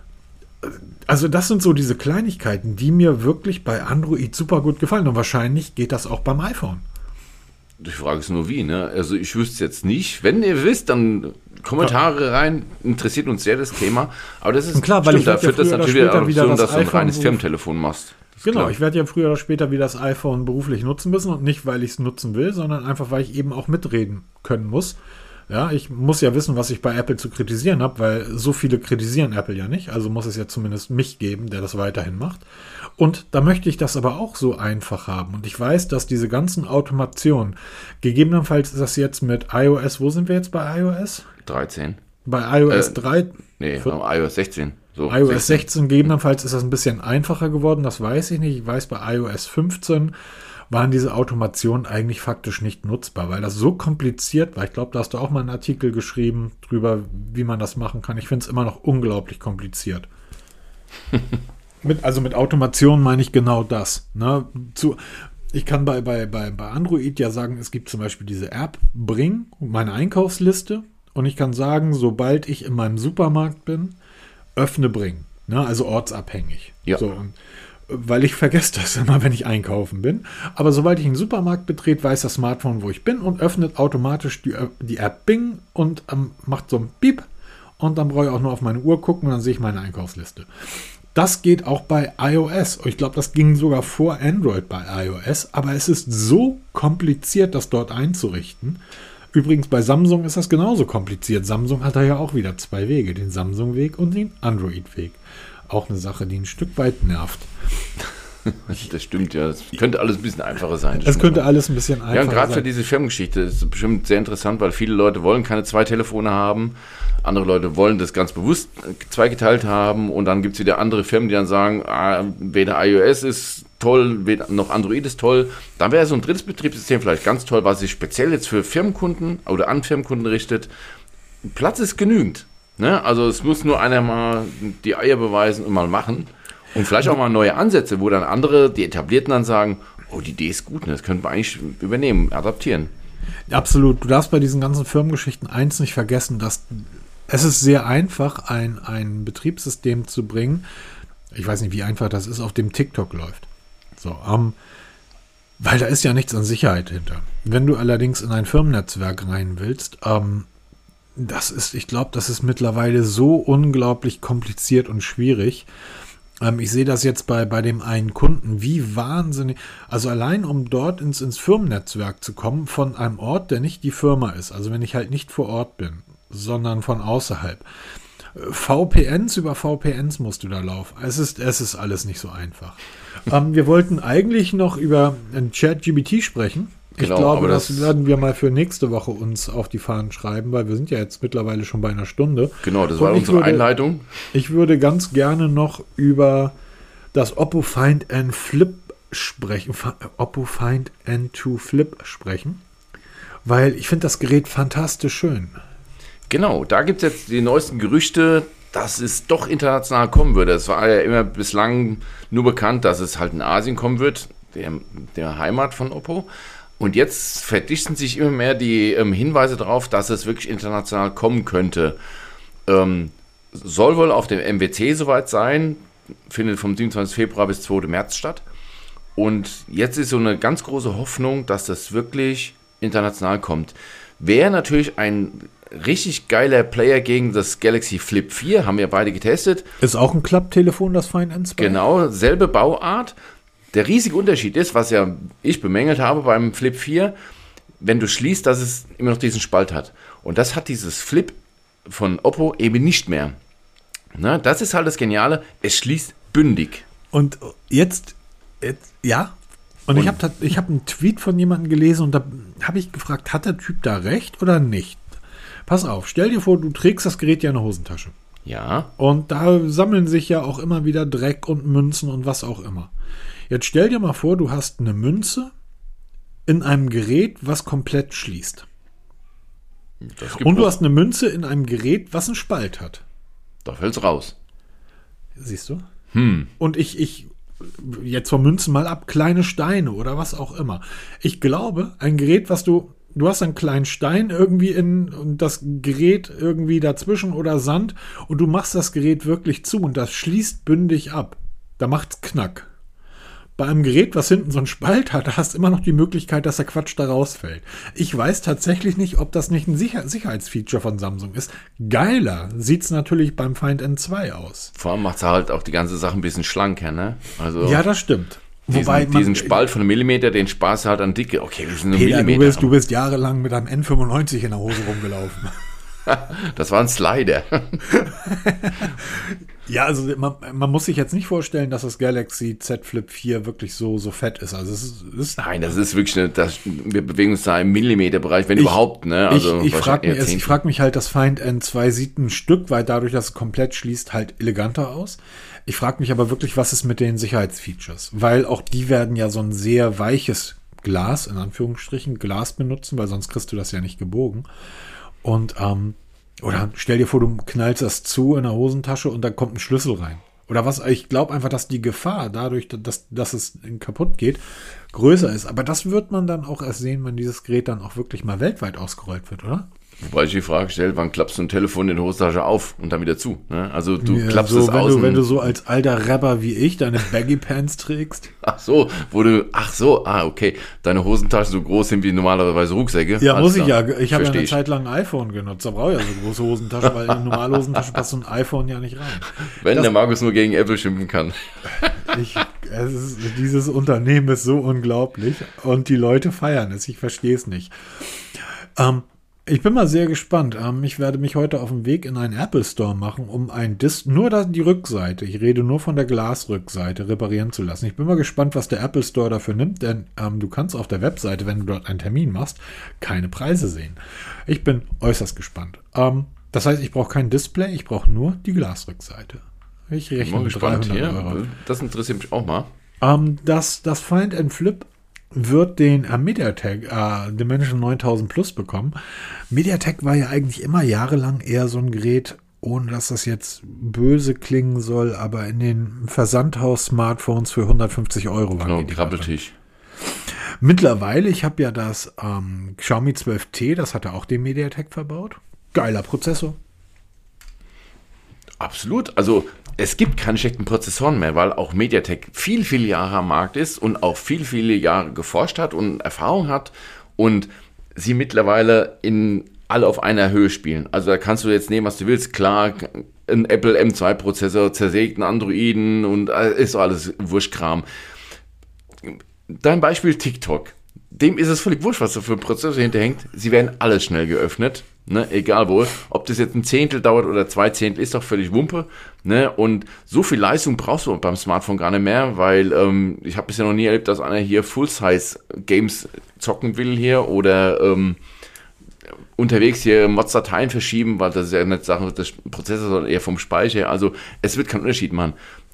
Also das sind so diese Kleinigkeiten, die mir wirklich bei Android super gut gefallen. Und wahrscheinlich geht das auch beim iPhone. Die Frage ist nur wie, ne? Also ich wüsste jetzt nicht. Wenn ihr wisst, dann Kommentare ja. rein. Interessiert uns sehr das Thema. Aber das ist und klar, weil stimmt, ich da führt ja das natürlich wieder dazu, wieder das dass du ein iPhone reines Firmentelefon machst. Genau, klar. Ich werde ja früher oder später wieder das iPhone beruflich nutzen müssen. Und nicht, weil ich es nutzen will, sondern einfach, weil ich eben auch mitreden können muss. Ja, ich muss ja wissen, was ich bei Apple zu kritisieren habe, weil so viele kritisieren Apple ja nicht. Also muss es ja zumindest mich geben, der das weiterhin macht. Und da möchte ich das aber auch so einfach haben. Und ich weiß, dass diese ganzen Automationen, gegebenenfalls ist das jetzt mit iOS, wo sind wir jetzt bei iOS? dreizehn. Bei iOS äh, drei? Nee, iOS sechzehn. So, iOS sechzehn, gegebenenfalls ist das ein bisschen einfacher geworden, das weiß ich nicht. Ich weiß, bei iOS fünfzehn waren diese Automationen eigentlich faktisch nicht nutzbar, weil das so kompliziert war. Ich glaube, da hast du auch mal einen Artikel geschrieben drüber, wie man das machen kann. Ich finde es immer noch unglaublich kompliziert. mit, also mit Automation meine ich genau das. Ne? Zu, ich kann bei, bei, bei, bei Android ja sagen, es gibt zum Beispiel diese App Bring, meine Einkaufsliste. Und ich kann sagen, sobald ich in meinem Supermarkt bin, öffne Bring. Ne? Also ortsabhängig. Ja. So, und weil ich vergesse das immer, wenn ich einkaufen bin. Aber sobald ich einen Supermarkt betrete, weiß das Smartphone, wo ich bin und öffnet automatisch die, die App Bing und ähm, macht so ein Piep und dann brauche ich auch nur auf meine Uhr gucken und dann sehe ich meine Einkaufsliste. Das geht auch bei iOS. Ich glaube, das ging sogar vor Android bei iOS, aber es ist so kompliziert, das dort einzurichten. Übrigens, bei Samsung ist das genauso kompliziert. Samsung hat da ja auch wieder zwei Wege, den Samsung-Weg und den Android-Weg. Auch eine Sache, die ein Stück weit nervt. Das stimmt, ja. Es könnte alles ein bisschen einfacher sein. Es könnte alles ein bisschen einfacher sein. Ja, und gerade für diese Firmengeschichte ist es bestimmt sehr interessant, weil viele Leute wollen keine zwei Telefone haben. Andere Leute wollen das ganz bewusst zweigeteilt haben. Und dann gibt es wieder andere Firmen, die dann sagen, ah, weder iOS ist toll, weder noch Android ist toll. Dann wäre so ein drittes Betriebssystem vielleicht ganz toll, was sich speziell jetzt für Firmenkunden oder an Firmenkunden richtet. Platz ist genügend. Ne? Also es muss nur einer mal die Eier beweisen und mal machen. Und vielleicht auch mal neue Ansätze, wo dann andere, die Etablierten dann sagen, oh, die Idee ist gut, ne? Das könnte man eigentlich übernehmen, adaptieren. Absolut. Du darfst bei diesen ganzen Firmengeschichten eins nicht vergessen, dass es ist sehr einfach, ein, ein Betriebssystem zu bringen. Ich weiß nicht, wie einfach das ist, auf dem TikTok läuft. So, ähm, weil da ist ja nichts an Sicherheit hinter. Wenn du allerdings in ein Firmennetzwerk rein willst, ähm, das ist, ich glaube, das ist mittlerweile so unglaublich kompliziert und schwierig. Ähm, ich sehe das jetzt bei, bei dem einen Kunden, wie wahnsinnig, also allein um dort ins, ins Firmennetzwerk zu kommen, von einem Ort, der nicht die Firma ist, also wenn ich halt nicht vor Ort bin, sondern von außerhalb. V P Ns über V P Ns musst du da laufen. Es ist, es ist alles nicht so einfach. ähm, wir wollten eigentlich noch über ChatGPT sprechen. Genau, ich glaube, das, das werden wir mal für nächste Woche uns auf die Fahnen schreiben, weil wir sind ja jetzt mittlerweile schon bei einer Stunde. Genau, das war unsere würde, Einleitung. Ich würde ganz gerne noch über das Oppo Find N Flip sprechen, Oppo Find N zwei Flip sprechen, weil ich finde das Gerät fantastisch schön. Genau, da gibt es jetzt die neuesten Gerüchte, dass es doch international kommen würde. Es war ja immer bislang nur bekannt, dass es halt in Asien kommen wird, der, der Heimat von Oppo. Und jetzt verdichten sich immer mehr die ähm, Hinweise darauf, dass es wirklich international kommen könnte. Ähm, soll wohl auf dem M W C soweit sein, findet vom siebenundzwanzigsten Februar bis zweiten März statt. Und jetzt ist so eine ganz große Hoffnung, dass das wirklich international kommt. Wäre natürlich ein richtig geiler Player gegen das Galaxy Flip vier, haben wir beide getestet. Ist auch ein Klapptelefon, das Find N zwei? Genau, selbe Bauart. Der riesige Unterschied ist, was ja ich bemängelt habe beim Flip vier, wenn du schließt, dass es immer noch diesen Spalt hat. Und das hat dieses Flip von Oppo eben nicht mehr. Na, das ist halt das Geniale, es schließt bündig. Und jetzt, jetzt ja, und, und ich habe ich hab einen Tweet von jemandem gelesen und da habe ich gefragt, hat der Typ da recht oder nicht? Pass auf, stell dir vor, du trägst das Gerät ja in der Hosentasche. Ja. Und da sammeln sich ja auch immer wieder Dreck und Münzen und was auch immer. Jetzt stell dir mal vor, du hast eine Münze in einem Gerät, was komplett schließt. Und du hast eine Münze in einem Gerät, was einen Spalt hat. Da fällt's raus. Siehst du? Hm. Und ich, ich, jetzt von Münzen mal ab, kleine Steine oder was auch immer. Ich glaube, ein Gerät, was du, du hast einen kleinen Stein irgendwie in und das Gerät irgendwie dazwischen oder Sand und du machst das Gerät wirklich zu und das schließt bündig ab. Da macht's Knack. Bei einem Gerät, was hinten so einen Spalt hat, da hast du immer noch die Möglichkeit, dass der Quatsch da rausfällt. Ich weiß tatsächlich nicht, ob das nicht ein Sicher- Sicherheitsfeature von Samsung ist. Geiler sieht es natürlich beim Find N zwei aus. Vor allem macht es halt auch die ganze Sache ein bisschen schlanker, ne? Also ja, das stimmt. Diesen, Wobei man, diesen Spalt von einem Millimeter, den Spaß halt an Dicke. Okay, wir sind ein Peter, Millimeter. Du bist, du bist jahrelang mit einem N fünfundneunzig in der Hose rumgelaufen. Das war ein Slider. Ja, also man, man muss sich jetzt nicht vorstellen, dass das Galaxy Z Flip vier wirklich so, so fett ist. Also es ist, es ist Nein, das ist wirklich eine, das, wir bewegen uns da im Millimeterbereich, wenn ich, überhaupt. Ne? Also ich ich frage mich, ich frag mich halt, das Find N zwei sieht ein Stück weit dadurch, dass es komplett schließt, halt eleganter aus. Ich frage mich aber wirklich, was ist mit den Sicherheitsfeatures? Weil auch die werden ja so ein sehr weiches Glas, in Anführungsstrichen, Glas benutzen, weil sonst kriegst du das ja nicht gebogen. Und, ähm, oder stell dir vor, du knallst das zu in der Hosentasche und da kommt ein Schlüssel rein. Oder was, ich glaube einfach, dass die Gefahr dadurch, dass, dass es kaputt geht, größer ist. Aber das wird man dann auch erst sehen, wenn dieses Gerät dann auch wirklich mal weltweit ausgerollt wird, oder? Wobei ich die Frage stelle, wann klappst du ein Telefon in die Hosentasche auf und dann wieder zu? Ne? Also du ja, klappst so, es wenn aus. Du, wenn du so als alter Rapper wie ich deine Baggy Pants trägst. Ach so, wo du, ach so, ah, okay. Deine Hosentaschen so groß sind wie normalerweise Rucksäcke. Ja, muss ich ja. Ich habe ja eine Zeit lang ein iPhone genutzt. Da brauche ich ja so große Hosentaschen, weil in eine normale Hosentasche passt so ein iPhone ja nicht rein. Wenn das, der Markus nur gegen Apple schimpfen kann. Ich, es ist, dieses Unternehmen ist so unglaublich und die Leute feiern es. Ich verstehe es nicht. Ähm, Ich bin mal sehr gespannt. Ich werde mich heute auf den Weg in einen Apple Store machen, um ein Dis nur die Rückseite, ich rede nur von der Glasrückseite, reparieren zu lassen. Ich bin mal gespannt, was der Apple Store dafür nimmt, denn ähm, du kannst auf der Webseite, wenn du dort einen Termin machst, keine Preise sehen. Ich bin äußerst gespannt. Ähm, das heißt, ich brauche kein Display, ich brauche nur die Glasrückseite. Ich rechne mit dreihundert Euro. Das interessiert mich auch mal. Ähm, das, das Find N Flip wird den äh, MediaTek äh, Dimension neuntausend Plus bekommen. MediaTek war ja eigentlich immer jahrelang eher so ein Gerät, ohne dass das jetzt böse klingen soll, aber in den Versandhaus-Smartphones für hundertfünfzig Euro waren. Genau, Krabbeltisch. Mittlerweile, ich habe ja das ähm, Xiaomi zwölf T, das hatte auch den MediaTek verbaut. Geiler Prozessor. Absolut. Also es gibt keine schlechten Prozessoren mehr, weil auch MediaTek viel, viele Jahre am Markt ist und auch viel, viele Jahre geforscht hat und Erfahrung hat und sie mittlerweile in alle auf einer Höhe spielen. Also da kannst du jetzt nehmen, was du willst. Klar, ein Apple M zwei Prozessor zersägt einen Androiden und ist alles Wurstkram. Dein Beispiel TikTok. Dem ist es völlig wurscht, was da für ein Prozessor hinterhängt. Sie werden alles schnell geöffnet, ne? Egal wo. Ob das jetzt ein Zehntel dauert oder zwei Zehntel, ist doch völlig Wumpe. Ne? Und so viel Leistung brauchst du beim Smartphone gar nicht mehr, weil ähm, ich habe bisher noch nie erlebt, dass einer hier Full-Size-Games zocken will hier oder ähm, unterwegs hier Mods-Dateien verschieben, weil das ist ja nicht Sache des Prozessors, sondern eher vom Speicher. Also es wird keinen Unterschied machen.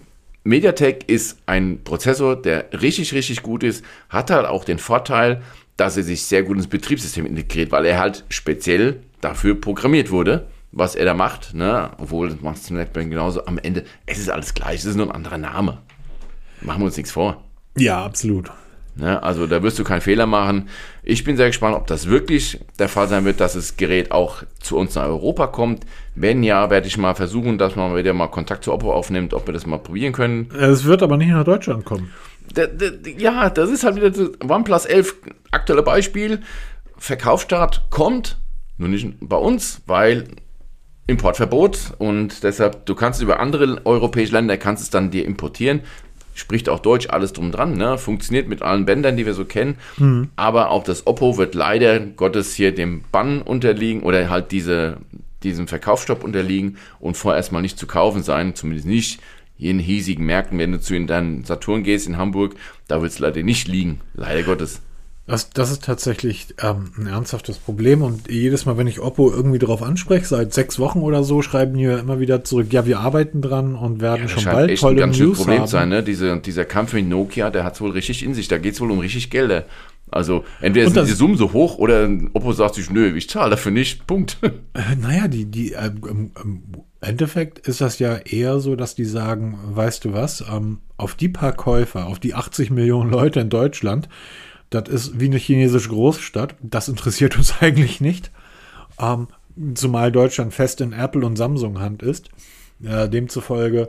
MediaTek ist ein Prozessor, der richtig, richtig gut ist, hat halt auch den Vorteil, dass er sich sehr gut ins Betriebssystem integriert, weil er halt speziell dafür programmiert wurde, was er da macht. Ne? Obwohl, das macht es zum Netbank genauso. Am Ende, es ist alles gleich, es ist nur ein anderer Name. Machen wir uns nichts vor. Ja, absolut. Ne, also da wirst du keinen Fehler machen. Ich bin sehr gespannt, ob das wirklich der Fall sein wird, dass das Gerät auch zu uns nach Europa kommt. Wenn ja, werde ich mal versuchen, dass man wieder mal Kontakt zu Oppo aufnimmt, ob wir das mal probieren können. Es wird aber nicht nach Deutschland kommen. Da, da, ja, das ist halt wieder das OnePlus elf aktuelle Beispiel. Verkaufsstart kommt, nur nicht bei uns, weil Importverbot und deshalb, du kannst über andere europäische Länder, kannst es dann dir importieren. Spricht auch Deutsch, alles drum dran, ne? Funktioniert mit allen Bändern, die wir so kennen, mhm. aber auch das Oppo wird leider Gottes hier dem Bann unterliegen oder halt diese, diesem Verkaufsstopp unterliegen und vorerst mal nicht zu kaufen sein, zumindest nicht hier in hiesigen Märkten, wenn du zu in deinen Saturn gehst in Hamburg, da wird es leider nicht liegen, leider Gottes. Das, das ist tatsächlich ähm, ein ernsthaftes Problem und jedes Mal, wenn ich Oppo irgendwie darauf anspreche, seit sechs Wochen oder so, schreiben die ja immer wieder zurück, ja, wir arbeiten dran und werden ja, schon bald echt tolle ein ganz News Problem haben. Sein, ne? Diese, dieser Kampf mit Nokia, der hat es wohl richtig in sich, da geht es wohl um richtig Gelder. Also entweder sind die Summen so hoch oder Oppo sagt sich, nö, ich zahle dafür nicht, Punkt. Äh, naja, die, die äh, im, im Endeffekt ist das ja eher so, dass die sagen, weißt du was, ähm, auf die paar Käufer, auf die achtzig Millionen Leute in Deutschland, das ist wie eine chinesische Großstadt. Das interessiert uns eigentlich nicht. Ähm, zumal Deutschland fest in Apple und Samsung Hand ist. Äh, demzufolge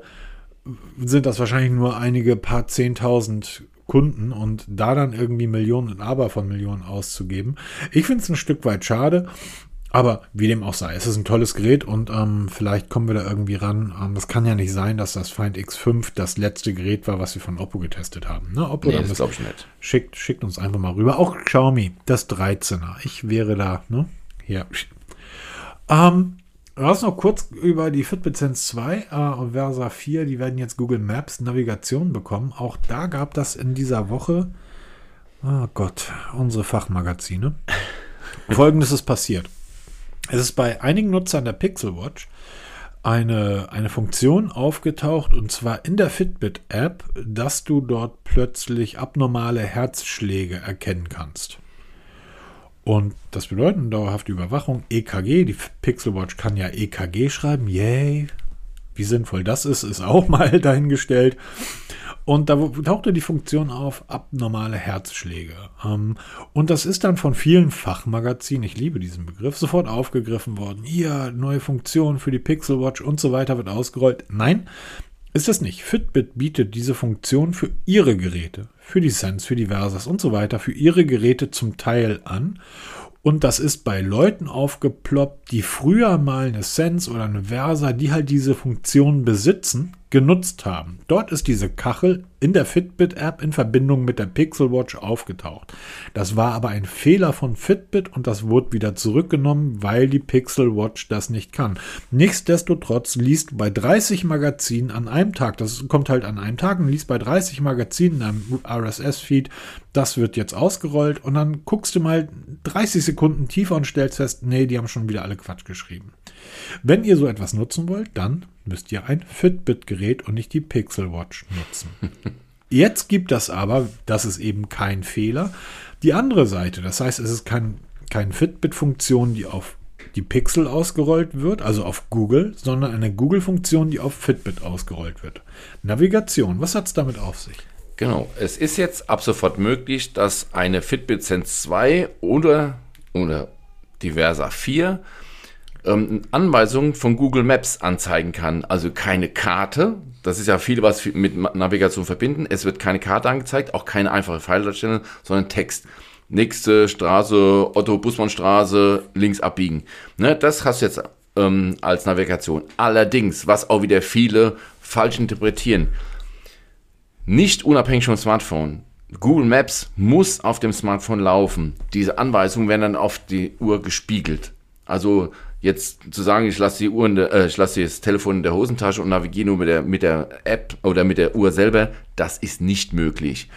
sind das wahrscheinlich nur einige paar zehntausend Kunden und da dann irgendwie Millionen und Aber von Millionen auszugeben. Ich finde es ein Stück weit schade. Aber wie dem auch sei, es ist ein tolles Gerät und ähm, vielleicht kommen wir da irgendwie ran. Ähm, das kann ja nicht sein, dass das Find X fünf das letzte Gerät war, was wir von Oppo getestet haben. Ne? Oppo, nee, das glaube ich nicht. Schickt, schickt uns einfach mal rüber. Auch Xiaomi, das dreizehner. Ich wäre da, ne? Hier. Ähm, was noch kurz über die Fitbit Sense zwei äh, und Versa vier. Die werden jetzt Google Maps Navigation bekommen. Auch da gab das in dieser Woche, oh Gott, unsere Fachmagazine. Folgendes ist passiert. Es ist bei einigen Nutzern der Pixel Watch eine, eine Funktion aufgetaucht, und zwar in der Fitbit-App, dass du dort plötzlich abnormale Herzschläge erkennen kannst. Und das bedeutet dauerhafte Überwachung, E K G. Die Pixel Watch kann ja E K G schreiben. Yay! Wie sinnvoll das ist, ist auch mal dahingestellt. Und da tauchte die Funktion auf, abnormale Herzschläge. Und das ist dann von vielen Fachmagazinen, ich liebe diesen Begriff, sofort aufgegriffen worden. Hier, neue Funktion für die Pixel Watch und so weiter wird ausgerollt. Nein, ist es nicht. Fitbit bietet diese Funktion für ihre Geräte, für die Sense, für die Versas und so weiter, für ihre Geräte zum Teil an. Und das ist bei Leuten aufgeploppt, die früher mal eine Sense oder eine Versa, die halt diese Funktion besitzen, genutzt haben. Dort ist diese Kachel in der Fitbit-App in Verbindung mit der Pixel Watch aufgetaucht. Das war aber ein Fehler von Fitbit und das wurde wieder zurückgenommen, weil die Pixel Watch das nicht kann. Nichtsdestotrotz liest du bei dreißig Magazinen an einem Tag, das kommt halt an einem Tag, und liest bei dreißig Magazinen in einem R S S-Feed, das wird jetzt ausgerollt, und dann guckst du mal dreißig Sekunden tiefer und stellst fest, nee, die haben schon wieder alle Quatsch geschrieben. Wenn ihr so etwas nutzen wollt, dann müsst ihr ein Fitbit-Gerät und nicht die Pixel Watch nutzen. Jetzt gibt das aber, das ist eben kein Fehler, die andere Seite. Das heißt, es ist kein, keine Fitbit-Funktion, die auf die Pixel ausgerollt wird, also auf Google, sondern eine Google-Funktion, die auf Fitbit ausgerollt wird. Navigation, was hat es damit auf sich? Genau, es ist jetzt ab sofort möglich, dass eine Fitbit Sense zwei oder, oder die Versa vier ähm, Anweisungen von Google Maps anzeigen kann. Also keine Karte, das ist ja viel, was mit Navigation verbinden. Es wird keine Karte angezeigt, auch keine einfache Pfeildarstellung, sondern Text. nächste Straße, Otto-Bussmann-Straße, links abbiegen. Ne, das hast du jetzt ähm, als Navigation. Allerdings, was auch wieder viele falsch interpretieren, nicht unabhängig vom Smartphone. Google Maps muss auf dem Smartphone laufen. Diese Anweisungen werden dann auf die Uhr gespiegelt. Also jetzt zu sagen, ich lasse die Uhr, in der, äh, ich lasse das Telefon in der Hosentasche und navigiere nur mit der, mit der App oder mit der Uhr selber, das ist nicht möglich.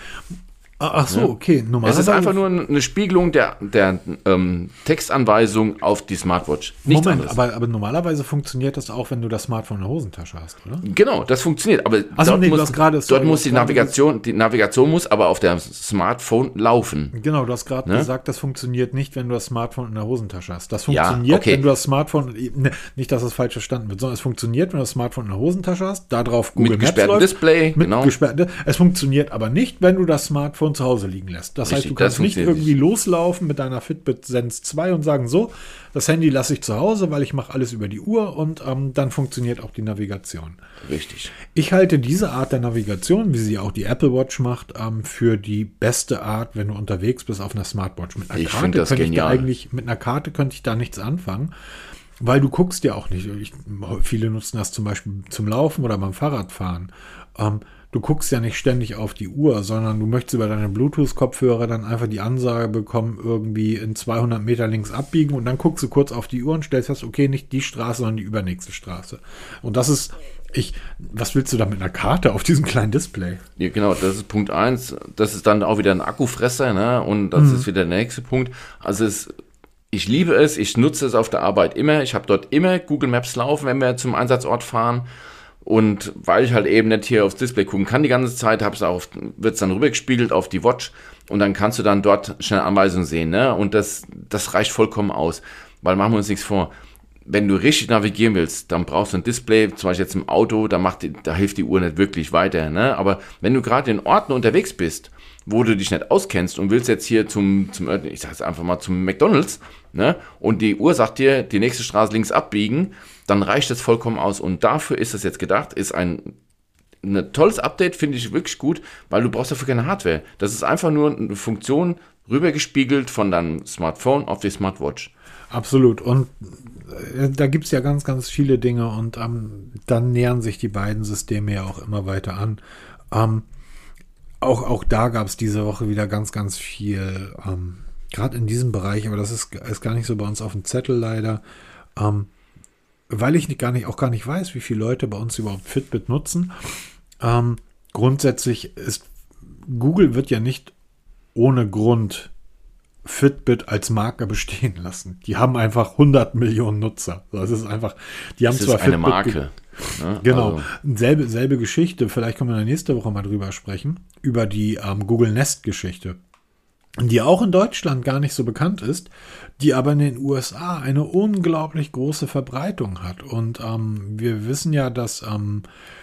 Ach so, okay. Es ist einfach nur eine Spiegelung der, der ähm, Textanweisung auf die Smartwatch. Nichts Moment, anderes. aber, aber normalerweise funktioniert das auch, wenn du das Smartphone in der Hosentasche hast, oder? Genau, das funktioniert. Aber Ach so, dort, nee, du muss, hast gerade- dort sorry, muss du die hast gerade Navigation, die Navigation muss aber auf dem Smartphone laufen. Genau, du hast gerade Ne? gesagt, das funktioniert nicht, wenn du das Smartphone in der Hosentasche hast. Das Ja, funktioniert, okay. wenn du das Smartphone, ne, nicht, dass das falsch verstanden wird, sondern es funktioniert, wenn du das Smartphone in der Hosentasche hast, da drauf Google Mit Maps gesperrtem läuft, Display, mit genau. gesperrtem, es funktioniert aber nicht, wenn du das Smartphone zu Hause liegen lässt. Das heißt, Richtig, du kannst das nicht funktioniert irgendwie loslaufen mit deiner Fitbit Sense zwei und sagen, so, das Handy lasse ich zu Hause, weil ich mache alles über die Uhr und ähm, dann funktioniert auch die Navigation. Richtig. Ich halte diese Art der Navigation, wie sie auch die Apple Watch macht, ähm, für die beste Art, wenn du unterwegs bist auf einer Smartwatch. Mit einer Ich Karte finde das könnte ich da genial. eigentlich, mit einer Karte könnte ich da nichts anfangen, weil du guckst ja auch nicht. Ich, viele nutzen das zum Beispiel zum Laufen oder beim Fahrradfahren. Ähm, du guckst ja nicht ständig auf die Uhr, sondern du möchtest über deine Bluetooth-Kopfhörer dann einfach die Ansage bekommen, irgendwie in zweihundert Meter links abbiegen und dann guckst du kurz auf die Uhr und stellst fest, okay, nicht die Straße, sondern die übernächste Straße. Und das ist, ich, was willst du da mit einer Karte auf diesem kleinen Display? Ja, genau, das ist Punkt eins. Das ist dann auch wieder ein Akkufresser, ne? Und das ist wieder der nächste Punkt. Also es, ich liebe es, ich nutze es auf der Arbeit immer. Ich habe dort immer Google Maps laufen, wenn wir zum Einsatzort fahren. Und weil ich halt eben nicht hier aufs Display gucken kann die ganze Zeit, wird es dann rübergespiegelt auf die Watch und dann kannst du dann dort schnell Anweisungen sehen. Ne? Und das, das reicht vollkommen aus. Weil machen wir uns nichts vor. Wenn du richtig navigieren willst, dann brauchst du ein Display, zum Beispiel jetzt im Auto, da, macht die, da hilft die Uhr nicht wirklich weiter. Ne? Aber wenn du gerade in Orten unterwegs bist, wo du dich nicht auskennst und willst jetzt hier zum, zum ich sag's einfach mal, zum McDonald's, ne? Und die Uhr sagt dir, die nächste Straße links abbiegen, dann reicht das vollkommen aus. Und dafür ist das jetzt gedacht, ist ein, ein tolles Update, finde ich wirklich gut, weil du brauchst dafür keine Hardware. Das ist einfach nur eine Funktion rübergespiegelt von deinem Smartphone auf die Smartwatch. Absolut. Und äh, da gibt es ja ganz, ganz viele Dinge und ähm, dann nähern sich die beiden Systeme ja auch immer weiter an. Ähm, auch, auch da gab es diese Woche wieder ganz, ganz viel, ähm, gerade in diesem Bereich, aber das ist, ist gar nicht so bei uns auf dem Zettel leider, ähm, weil ich nicht, gar nicht, auch gar nicht weiß, wie viele Leute bei uns überhaupt Fitbit nutzen. Ähm, grundsätzlich ist, Google wird ja nicht ohne Grund Fitbit als Marke bestehen lassen. Die haben einfach hundert Millionen Nutzer. Das ist einfach, die haben Das zwar ist eine Fitbit Marke. Ne? Genau, Also, selbe, selbe Geschichte, vielleicht können wir nächste Woche mal drüber sprechen, über die ähm, Google Nest-Geschichte, die auch in Deutschland gar nicht so bekannt ist, die aber in den U S A eine unglaublich große Verbreitung hat. Und ähm, wir wissen ja, dass ähm,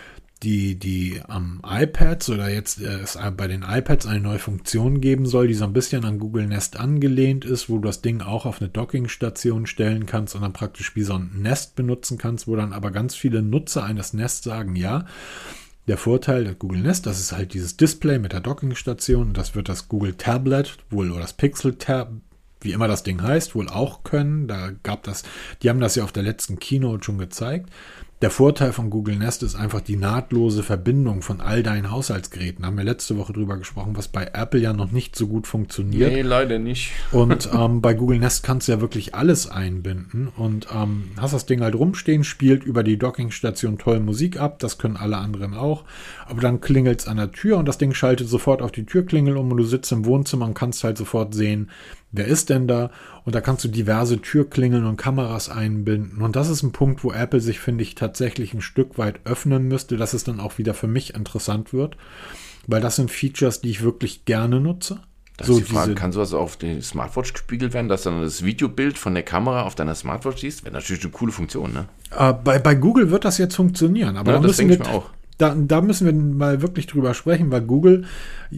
die, die ähm, iPads oder jetzt äh, es bei den iPads eine neue Funktion geben soll, die so ein bisschen an Google Nest angelehnt ist, wo du das Ding auch auf eine Dockingstation stellen kannst und dann praktisch wie so ein Nest benutzen kannst, wo dann aber ganz viele Nutzer eines Nest sagen, ja, der Vorteil der Google Nest, das ist halt dieses Display mit der Dockingstation und das wird das Google Tablet wohl oder das Pixel Tab, wie immer das Ding heißt, wohl auch können. Da gab das, die haben das ja auf der letzten Keynote schon gezeigt. Der Vorteil von Google Nest ist einfach die nahtlose Verbindung von all deinen Haushaltsgeräten. Da haben wir letzte Woche drüber gesprochen, was bei Apple ja noch nicht so gut funktioniert. nee, leider nicht. Und ähm, bei Google Nest kannst du ja wirklich alles einbinden und ähm, hast das Ding halt rumstehen, spielt über die Dockingstation toll Musik ab, das können alle anderen auch, aber dann klingelt es an der Tür und das Ding schaltet sofort auf die Türklingel um und du sitzt im Wohnzimmer und kannst halt sofort sehen, wer ist denn da? Und da kannst du diverse Türklingeln und Kameras einbinden. Und das ist ein Punkt, wo Apple sich, finde ich, tatsächlich ein Stück weit öffnen müsste, dass es dann auch wieder für mich interessant wird. Weil das sind Features, die ich wirklich gerne nutze. Das so ist die Frage, diese, kann sowas auf die Smartwatch gespiegelt werden, dass dann das Videobild von der Kamera auf deiner Smartwatch siehst? Wäre natürlich eine coole Funktion, ne? äh, bei, bei Google wird das jetzt funktionieren. Aber Ja, da das müssen denke wir ich mir auch. Da, da müssen wir mal wirklich drüber sprechen, weil Google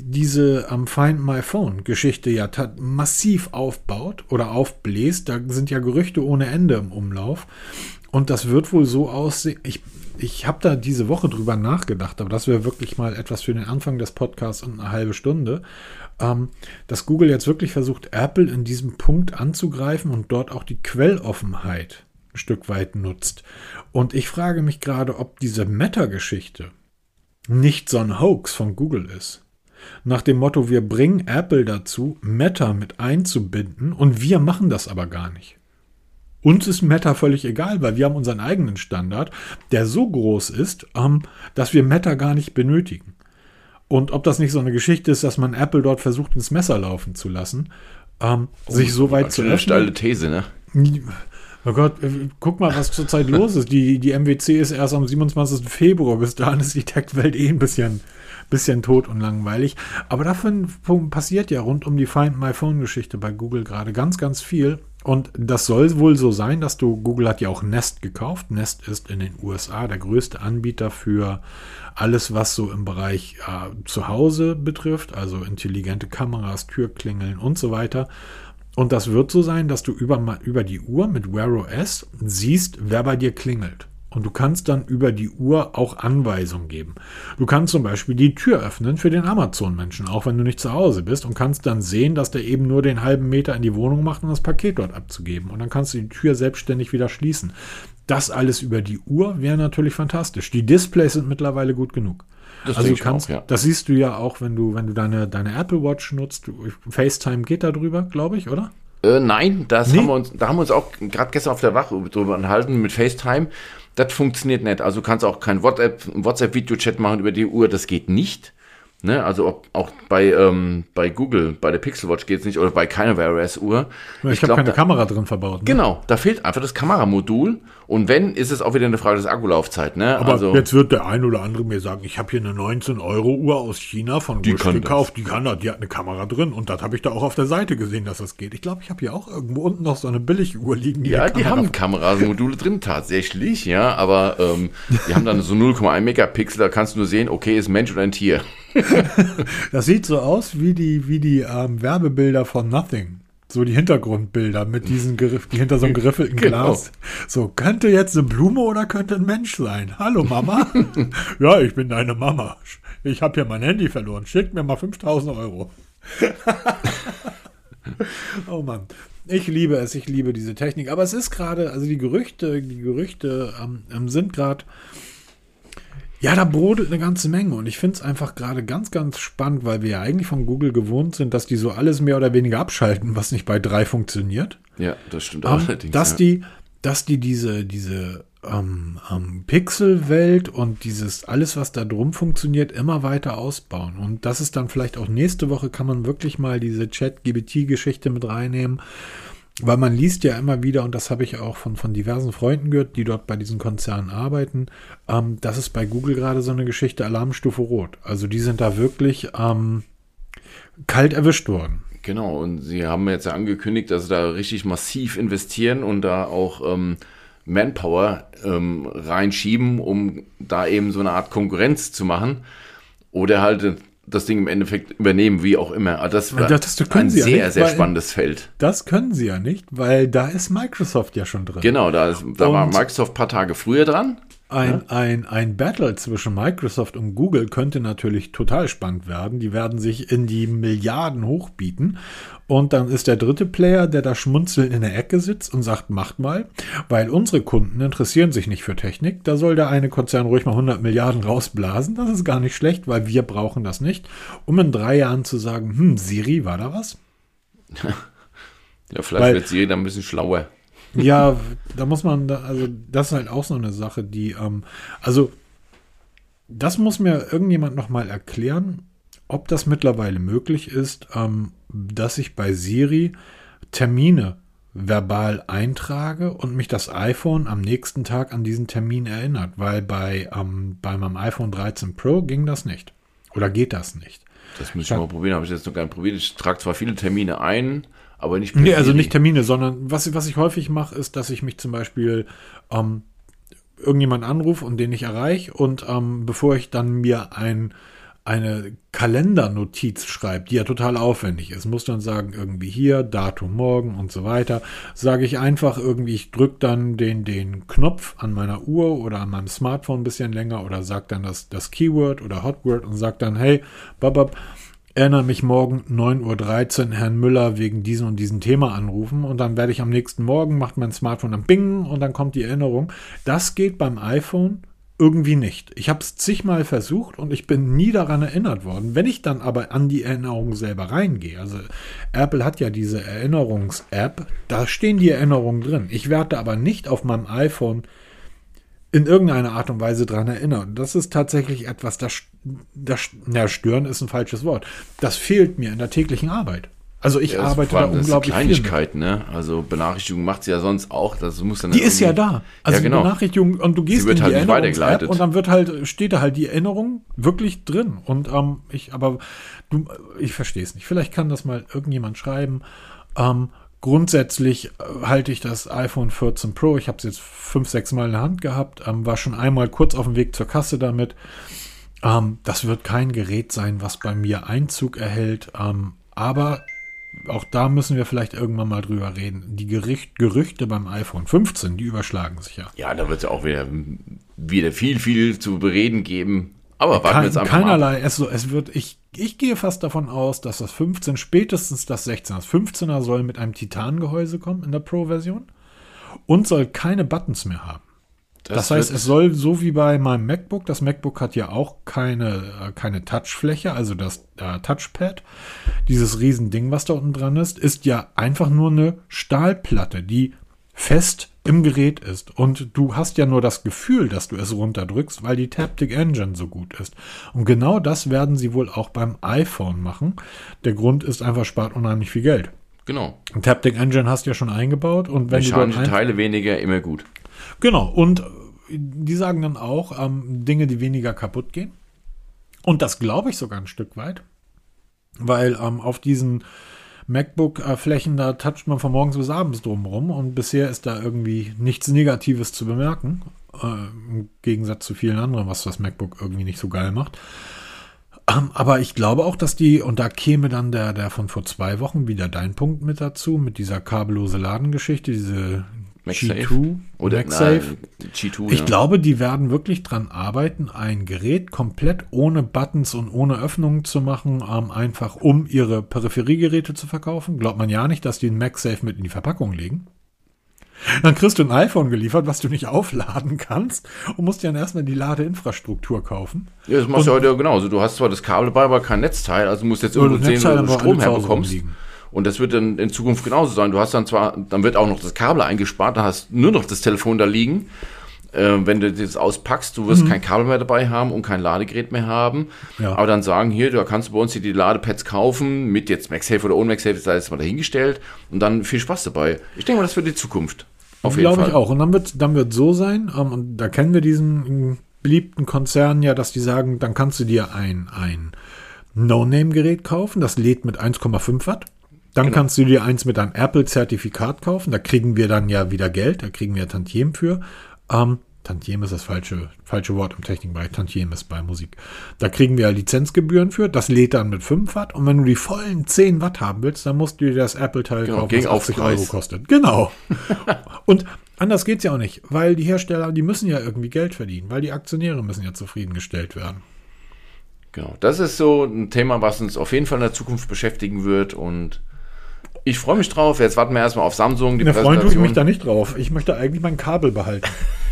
diese ähm, Find My Phone Geschichte ja tat, massiv aufbaut oder aufbläst. Da sind ja Gerüchte ohne Ende im Umlauf. Und das wird wohl so aussehen. Ich, ich habe da diese Woche drüber nachgedacht, aber das wäre wirklich mal etwas für den Anfang des Podcasts und eine halbe Stunde, ähm, dass Google jetzt wirklich versucht, Apple in diesem Punkt anzugreifen und dort auch die Quelloffenheit ein Stück weit nutzt. Und ich frage mich gerade, ob diese Meta-Geschichte nicht so ein Hoax von Google ist. Nach dem Motto, wir bringen Apple dazu, Meta mit einzubinden und wir machen das aber gar nicht. Uns ist Meta völlig egal, weil wir haben unseren eigenen Standard, der so groß ist, ähm, dass wir Meta gar nicht benötigen. Und ob das nicht so eine Geschichte ist, dass man Apple dort versucht, ins Messer laufen zu lassen, ähm, oh, sich so weit zu öffnen. Eine steile These, ne? Oh Gott, guck mal, was zurzeit los ist. Die, die M W C ist erst am siebenundzwanzigsten Februar. Bis dahin ist die Tech-Welt eh ein bisschen, bisschen tot und langweilig. Aber davon passiert ja rund um die Find My Phone-Geschichte bei Google gerade ganz, ganz viel. Und das soll wohl so sein, dass du, Google hat ja auch Nest gekauft. Nest ist in den U S A der größte Anbieter für alles, was so im Bereich äh, Zuhause betrifft, also intelligente Kameras, Türklingeln und so weiter. Und das wird so sein, dass du über, über die Uhr mit Wear O S siehst, wer bei dir klingelt. Und du kannst dann über die Uhr auch Anweisungen geben. Du kannst zum Beispiel die Tür öffnen für den Amazon-Menschen, auch wenn du nicht zu Hause bist, und kannst dann sehen, dass der eben nur den halben Meter in die Wohnung macht, um das Paket dort abzugeben. Und dann kannst du die Tür selbstständig wieder schließen. Das alles über die Uhr wäre natürlich fantastisch. Die Displays sind mittlerweile gut genug. Das also du kannst, auch, ja. Das siehst du ja auch, wenn du, wenn du deine, deine Apple Watch nutzt. FaceTime geht da drüber, glaube ich, oder? Äh, nein, das nee. haben wir uns, da haben wir uns auch gerade gestern auf der Wache drüber unterhalten mit FaceTime. Das funktioniert nicht. Also du kannst auch kein WhatsApp, WhatsApp-Video-Chat machen über die Uhr. Das geht nicht. Ne? Also ob, auch bei, ähm, bei Google, bei der Pixel Watch geht es nicht oder bei keiner Wear O S-Uhr. Ich, ich habe keine da, Kamera drin verbaut. Ne? Genau, da fehlt einfach das Kameramodul. Und wenn, ist es auch wieder eine Frage des Akkulaufzeit. Ne? Aber also, jetzt wird der ein oder andere mir sagen, ich habe hier eine neunzehn Euro Uhr aus China von Wish gekauft. Die kann das, die hat eine Kamera drin. Und das habe ich da auch auf der Seite gesehen, dass das geht. Ich glaube, ich habe hier auch irgendwo unten noch so eine Billig-Uhr liegen. Die ja, die haben Kameramodule drin, tatsächlich. Ja, aber ähm, die haben dann so null Komma eins Megapixel. Da kannst du nur sehen, okay, ist ein Mensch oder ein Tier. Das sieht so aus wie die, wie die ähm, Werbebilder von Nothing. So die Hintergrundbilder mit diesen Geriff, die hinter so einem geriffelten genau. Glas. So, könnte jetzt eine Blume oder könnte ein Mensch sein? Hallo Mama? Ja, ich bin deine Mama. Ich habe hier mein Handy verloren. Schick mir mal fünftausend Euro. Oh Mann. Ich liebe es, ich liebe diese Technik. Aber es ist gerade, also die Gerüchte, die Gerüchte ähm, sind gerade, ja, da brodelt eine ganze Menge und ich finde es einfach gerade ganz, ganz spannend, weil wir ja eigentlich von Google gewohnt sind, dass die so alles mehr oder weniger abschalten, was nicht bei drei funktioniert. Ja, das stimmt ähm, allerdings. Dass ja. die, dass die diese, diese ähm, ähm, Pixel-Welt und dieses alles, was da drum funktioniert, immer weiter ausbauen. Und das ist dann vielleicht auch nächste Woche, kann man wirklich mal diese Chat-G P T-Geschichte mit reinnehmen. Weil man liest ja immer wieder, und das habe ich auch von, von diversen Freunden gehört, die dort bei diesen Konzernen arbeiten, ähm, das ist bei Google gerade so eine Geschichte Alarmstufe Rot. Also die sind da wirklich ähm, kalt erwischt worden. Genau, und sie haben jetzt ja angekündigt, dass sie da richtig massiv investieren und da auch ähm, Manpower ähm, reinschieben, um da eben so eine Art Konkurrenz zu machen. Oder halt das Ding im Endeffekt übernehmen, wie auch immer. Das war das, das ein sehr, ja nicht, sehr spannendes Feld. Das können sie ja nicht, weil da ist Microsoft ja schon drin. Genau, da, ist, da war Microsoft ein paar Tage früher dran. Ein, ja? ein, ein Battle zwischen Microsoft und Google könnte natürlich total spannend werden. Die werden sich in die Milliarden hochbieten. Und dann ist der dritte Player, der da schmunzelnd in der Ecke sitzt und sagt, macht mal, weil unsere Kunden interessieren sich nicht für Technik. Da soll der eine Konzern ruhig mal hundert Milliarden rausblasen. Das ist gar nicht schlecht, weil wir brauchen das nicht. Um in drei Jahren zu sagen, hm, Siri, war da was? Ja, vielleicht weil, wird Siri dann ein bisschen schlauer. Ja, da muss man, da, also das ist halt auch so eine Sache, die, ähm, also das muss mir irgendjemand nochmal erklären, ob das mittlerweile möglich ist, ähm, dass ich bei Siri Termine verbal eintrage und mich das iPhone am nächsten Tag an diesen Termin erinnert, weil bei, ähm, bei meinem iPhone dreizehn Pro ging das nicht. Oder geht das nicht? Das muss ich ja. mal probieren, habe ich jetzt noch gar nicht probiert. Ich trage zwar viele Termine ein, aber nicht Nee, also nicht Termine, sondern was, was ich häufig mache, ist, dass ich mich zum Beispiel ähm, irgendjemand anrufe und den ich erreiche und ähm, bevor ich dann mir ein eine Kalendernotiz schreibe, die ja total aufwendig ist, muss dann sagen, irgendwie hier, Datum morgen und so weiter, sage ich einfach irgendwie, ich drücke dann den, den Knopf an meiner Uhr oder an meinem Smartphone ein bisschen länger oder sage dann das, das Keyword oder Hotword und sage dann, hey, babab, erinnere mich morgen neun Uhr dreizehn Herrn Müller wegen diesem und diesem Thema anrufen und dann werde ich am nächsten Morgen, macht mein Smartphone dann Bing und dann kommt die Erinnerung. Das geht beim iPhone irgendwie nicht. Ich habe es zigmal versucht und ich bin nie daran erinnert worden. Wenn ich dann aber an die Erinnerung selber reingehe, also Apple hat ja diese Erinnerungs-App, da stehen die Erinnerungen drin. Ich werde aber nicht auf meinem iPhone in irgendeiner Art und Weise dran erinnern. Das ist tatsächlich etwas, das, das ja, stören ist ein falsches Wort. Das fehlt mir in der täglichen Arbeit. Also ich ja, arbeite da unglaublich viel. Kleinigkeit, ne? Also Benachrichtigung macht sie ja sonst auch. Das muss dann die ist ja da. Also ja, genau. die Benachrichtigung und du gehst sie wird in halt die nicht weitergeleitet und dann wird halt steht da halt die Erinnerung wirklich drin. Und ähm, ich aber du ich verstehe es nicht. Vielleicht kann das mal irgendjemand schreiben. Ähm, grundsätzlich äh, halte ich das iPhone vierzehn Pro. Ich habe es jetzt fünf, sechs Mal in der Hand gehabt. Ähm, war schon einmal kurz auf dem Weg zur Kasse damit. Ähm, das wird kein Gerät sein, was bei mir Einzug erhält. Ähm, aber auch da müssen wir vielleicht irgendwann mal drüber reden. Die Gericht, Gerüchte beim iPhone fünfzehn, die überschlagen sich ja. Ja, da wird es ja auch wieder, wieder viel, viel zu bereden geben. Aber warten Kein, wir jetzt einfach keinerlei, mal ab. Es, es wird, ich, ich gehe fast davon aus, dass das fünfzehn, spätestens das sechzehn, das fünfzehner soll mit einem Titangehäuse kommen in der Pro-Version und soll keine Buttons mehr haben. Das, das heißt, es soll so wie bei meinem MacBook, das MacBook hat ja auch keine, äh, keine Touchfläche, also das äh, Touchpad, dieses Riesending, was da unten dran ist, ist ja einfach nur eine Stahlplatte, die fest im Gerät ist. Und du hast ja nur das Gefühl, dass du es runterdrückst, weil die Taptic Engine so gut ist. Und genau das werden sie wohl auch beim iPhone machen. Der Grund ist einfach, spart unheimlich viel Geld. Genau. Taptic Engine hast du ja schon eingebaut. Und wenn mechanische du dort Teile weniger, immer gut. Genau, und die sagen dann auch ähm, Dinge, die weniger kaputt gehen. Und das glaube ich sogar ein Stück weit, weil ähm, auf diesen MacBook-Flächen, da toucht man von morgens bis abends drumherum und bisher ist da irgendwie nichts Negatives zu bemerken, äh, im Gegensatz zu vielen anderen, was das MacBook irgendwie nicht so geil macht. Ähm, aber ich glaube auch, dass die, und da käme dann der, der von vor zwei Wochen wieder dein Punkt mit dazu, mit dieser kabellose Ladengeschichte, diese MagSafe. G zwei Oder MagSafe. Na, G zwei, ich ja. glaube, die werden wirklich dran arbeiten, ein Gerät komplett ohne Buttons und ohne Öffnungen zu machen, ähm, einfach um ihre Peripheriegeräte zu verkaufen. Glaubt man ja nicht, dass die einen MagSafe mit in die Verpackung legen. Dann kriegst du ein iPhone geliefert, was du nicht aufladen kannst und musst dir dann erstmal die Ladeinfrastruktur kaufen. Ja, das machst du heute ja genauso. Du hast zwar das Kabel dabei, aber kein Netzteil, also musst jetzt irgendwo sehen, wo du Strom herbekommst. Und das wird dann in Zukunft genauso sein. Du hast dann zwar, dann wird auch noch das Kabel eingespart, dann hast nur noch das Telefon da liegen. Äh, wenn du das auspackst, du wirst mhm. kein Kabel mehr dabei haben und kein Ladegerät mehr haben. Ja. Aber dann sagen, hier, da kannst du bei uns hier die Ladepads kaufen, mit jetzt MagSafe oder ohne MagSafe, sei jetzt mal dahingestellt. Und dann viel Spaß dabei. Ich denke mal, das wird die Zukunft. Auf jeden Fall. Glaube ich auch. Und dann wird dann wird so sein, ähm, und da kennen wir diesen beliebten Konzern ja, dass die sagen, dann kannst du dir ein, ein No-Name-Gerät kaufen, das lädt mit eins Komma fünf Watt. Dann genau. kannst du dir eins mit einem Apple-Zertifikat kaufen. Da kriegen wir dann ja wieder Geld. Da kriegen wir Tantiem für. Ähm, Tantiem ist das falsche, falsche Wort im Technikbereich. Tantiem ist bei Musik. Da kriegen wir Lizenzgebühren für. Das lädt dann mit fünf Watt. Und wenn du die vollen zehn Watt haben willst, dann musst du dir das Apple-Teil genau, kaufen, das achtzig Euro kostet. Genau. Und anders geht's ja auch nicht. Weil die Hersteller, die müssen ja irgendwie Geld verdienen. Weil die Aktionäre müssen ja zufriedengestellt werden. Genau. Das ist so ein Thema, was uns auf jeden Fall in der Zukunft beschäftigen wird. Und ich freue mich drauf. Jetzt warten wir erstmal auf Samsung. Die Na, freuen tue ich mich da nicht drauf. Ich möchte eigentlich mein Kabel behalten.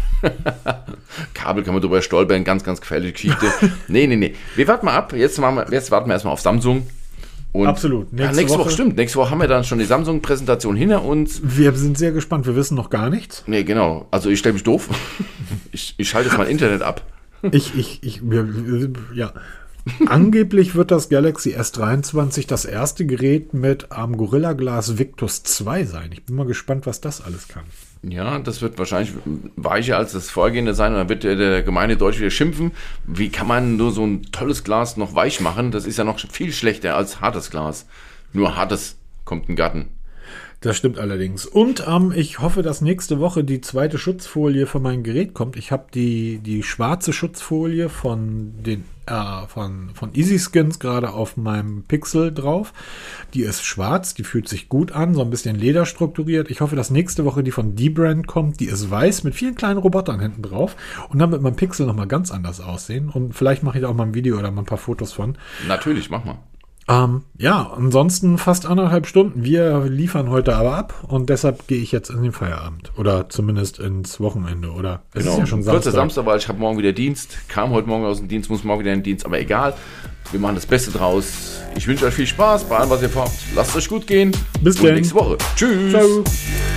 Kabel kann man drüber stolpern. Ganz, ganz gefährliche Geschichte. nee, nee, nee. Wir warten mal ab. Jetzt, machen wir, jetzt warten wir erstmal auf Samsung. Und absolut. Nächste, ja, nächste Woche, Woche stimmt. Nächste Woche haben wir dann schon die Samsung-Präsentation hinter uns. Wir sind sehr gespannt. Wir wissen noch gar nichts. Nee, genau. Also ich stelle mich doof. ich, ich schalte jetzt mein Internet ab. ich, ich, ich, wir, ja. Angeblich wird das Galaxy S dreiundzwanzig das erste Gerät mit ähm, Gorilla Glass Victus zwei sein. Ich bin mal gespannt, was das alles kann. Ja, das wird wahrscheinlich weicher als das vorgehende sein. Und dann wird der, der gemeine Deutsche wieder schimpfen. Wie kann man nur so ein tolles Glas noch weich machen? Das ist ja noch viel schlechter als hartes Glas. Nur hartes kommt ein Garten. Das stimmt allerdings. Und ähm, ich hoffe, dass nächste Woche die zweite Schutzfolie von meinem Gerät kommt. Ich habe die, die schwarze Schutzfolie von den äh, von, von Easy Skins gerade auf meinem Pixel drauf. Die ist schwarz, die fühlt sich gut an, so ein bisschen lederstrukturiert. Ich hoffe, dass nächste Woche die von D-Brand kommt. Die ist weiß mit vielen kleinen Robotern hinten drauf und dann wird mein Pixel nochmal ganz anders aussehen. Und vielleicht mache ich da auch mal ein Video oder mal ein paar Fotos von. Natürlich, mach mal. Ähm, ja, ansonsten fast anderthalb Stunden. Wir liefern heute aber ab und deshalb gehe ich jetzt in den Feierabend. Oder zumindest ins Wochenende. Oder es Genau. ist ja schon Kurzer Samstag. Samstag, weil ich habe morgen wieder Dienst. Kam heute Morgen aus dem Dienst, muss morgen wieder in den Dienst. Aber egal, wir machen das Beste draus. Ich wünsche euch viel Spaß bei allem, was ihr vorhabt. Lasst es euch gut gehen. Bis Und dann. nächste Woche. Tschüss. Ciao.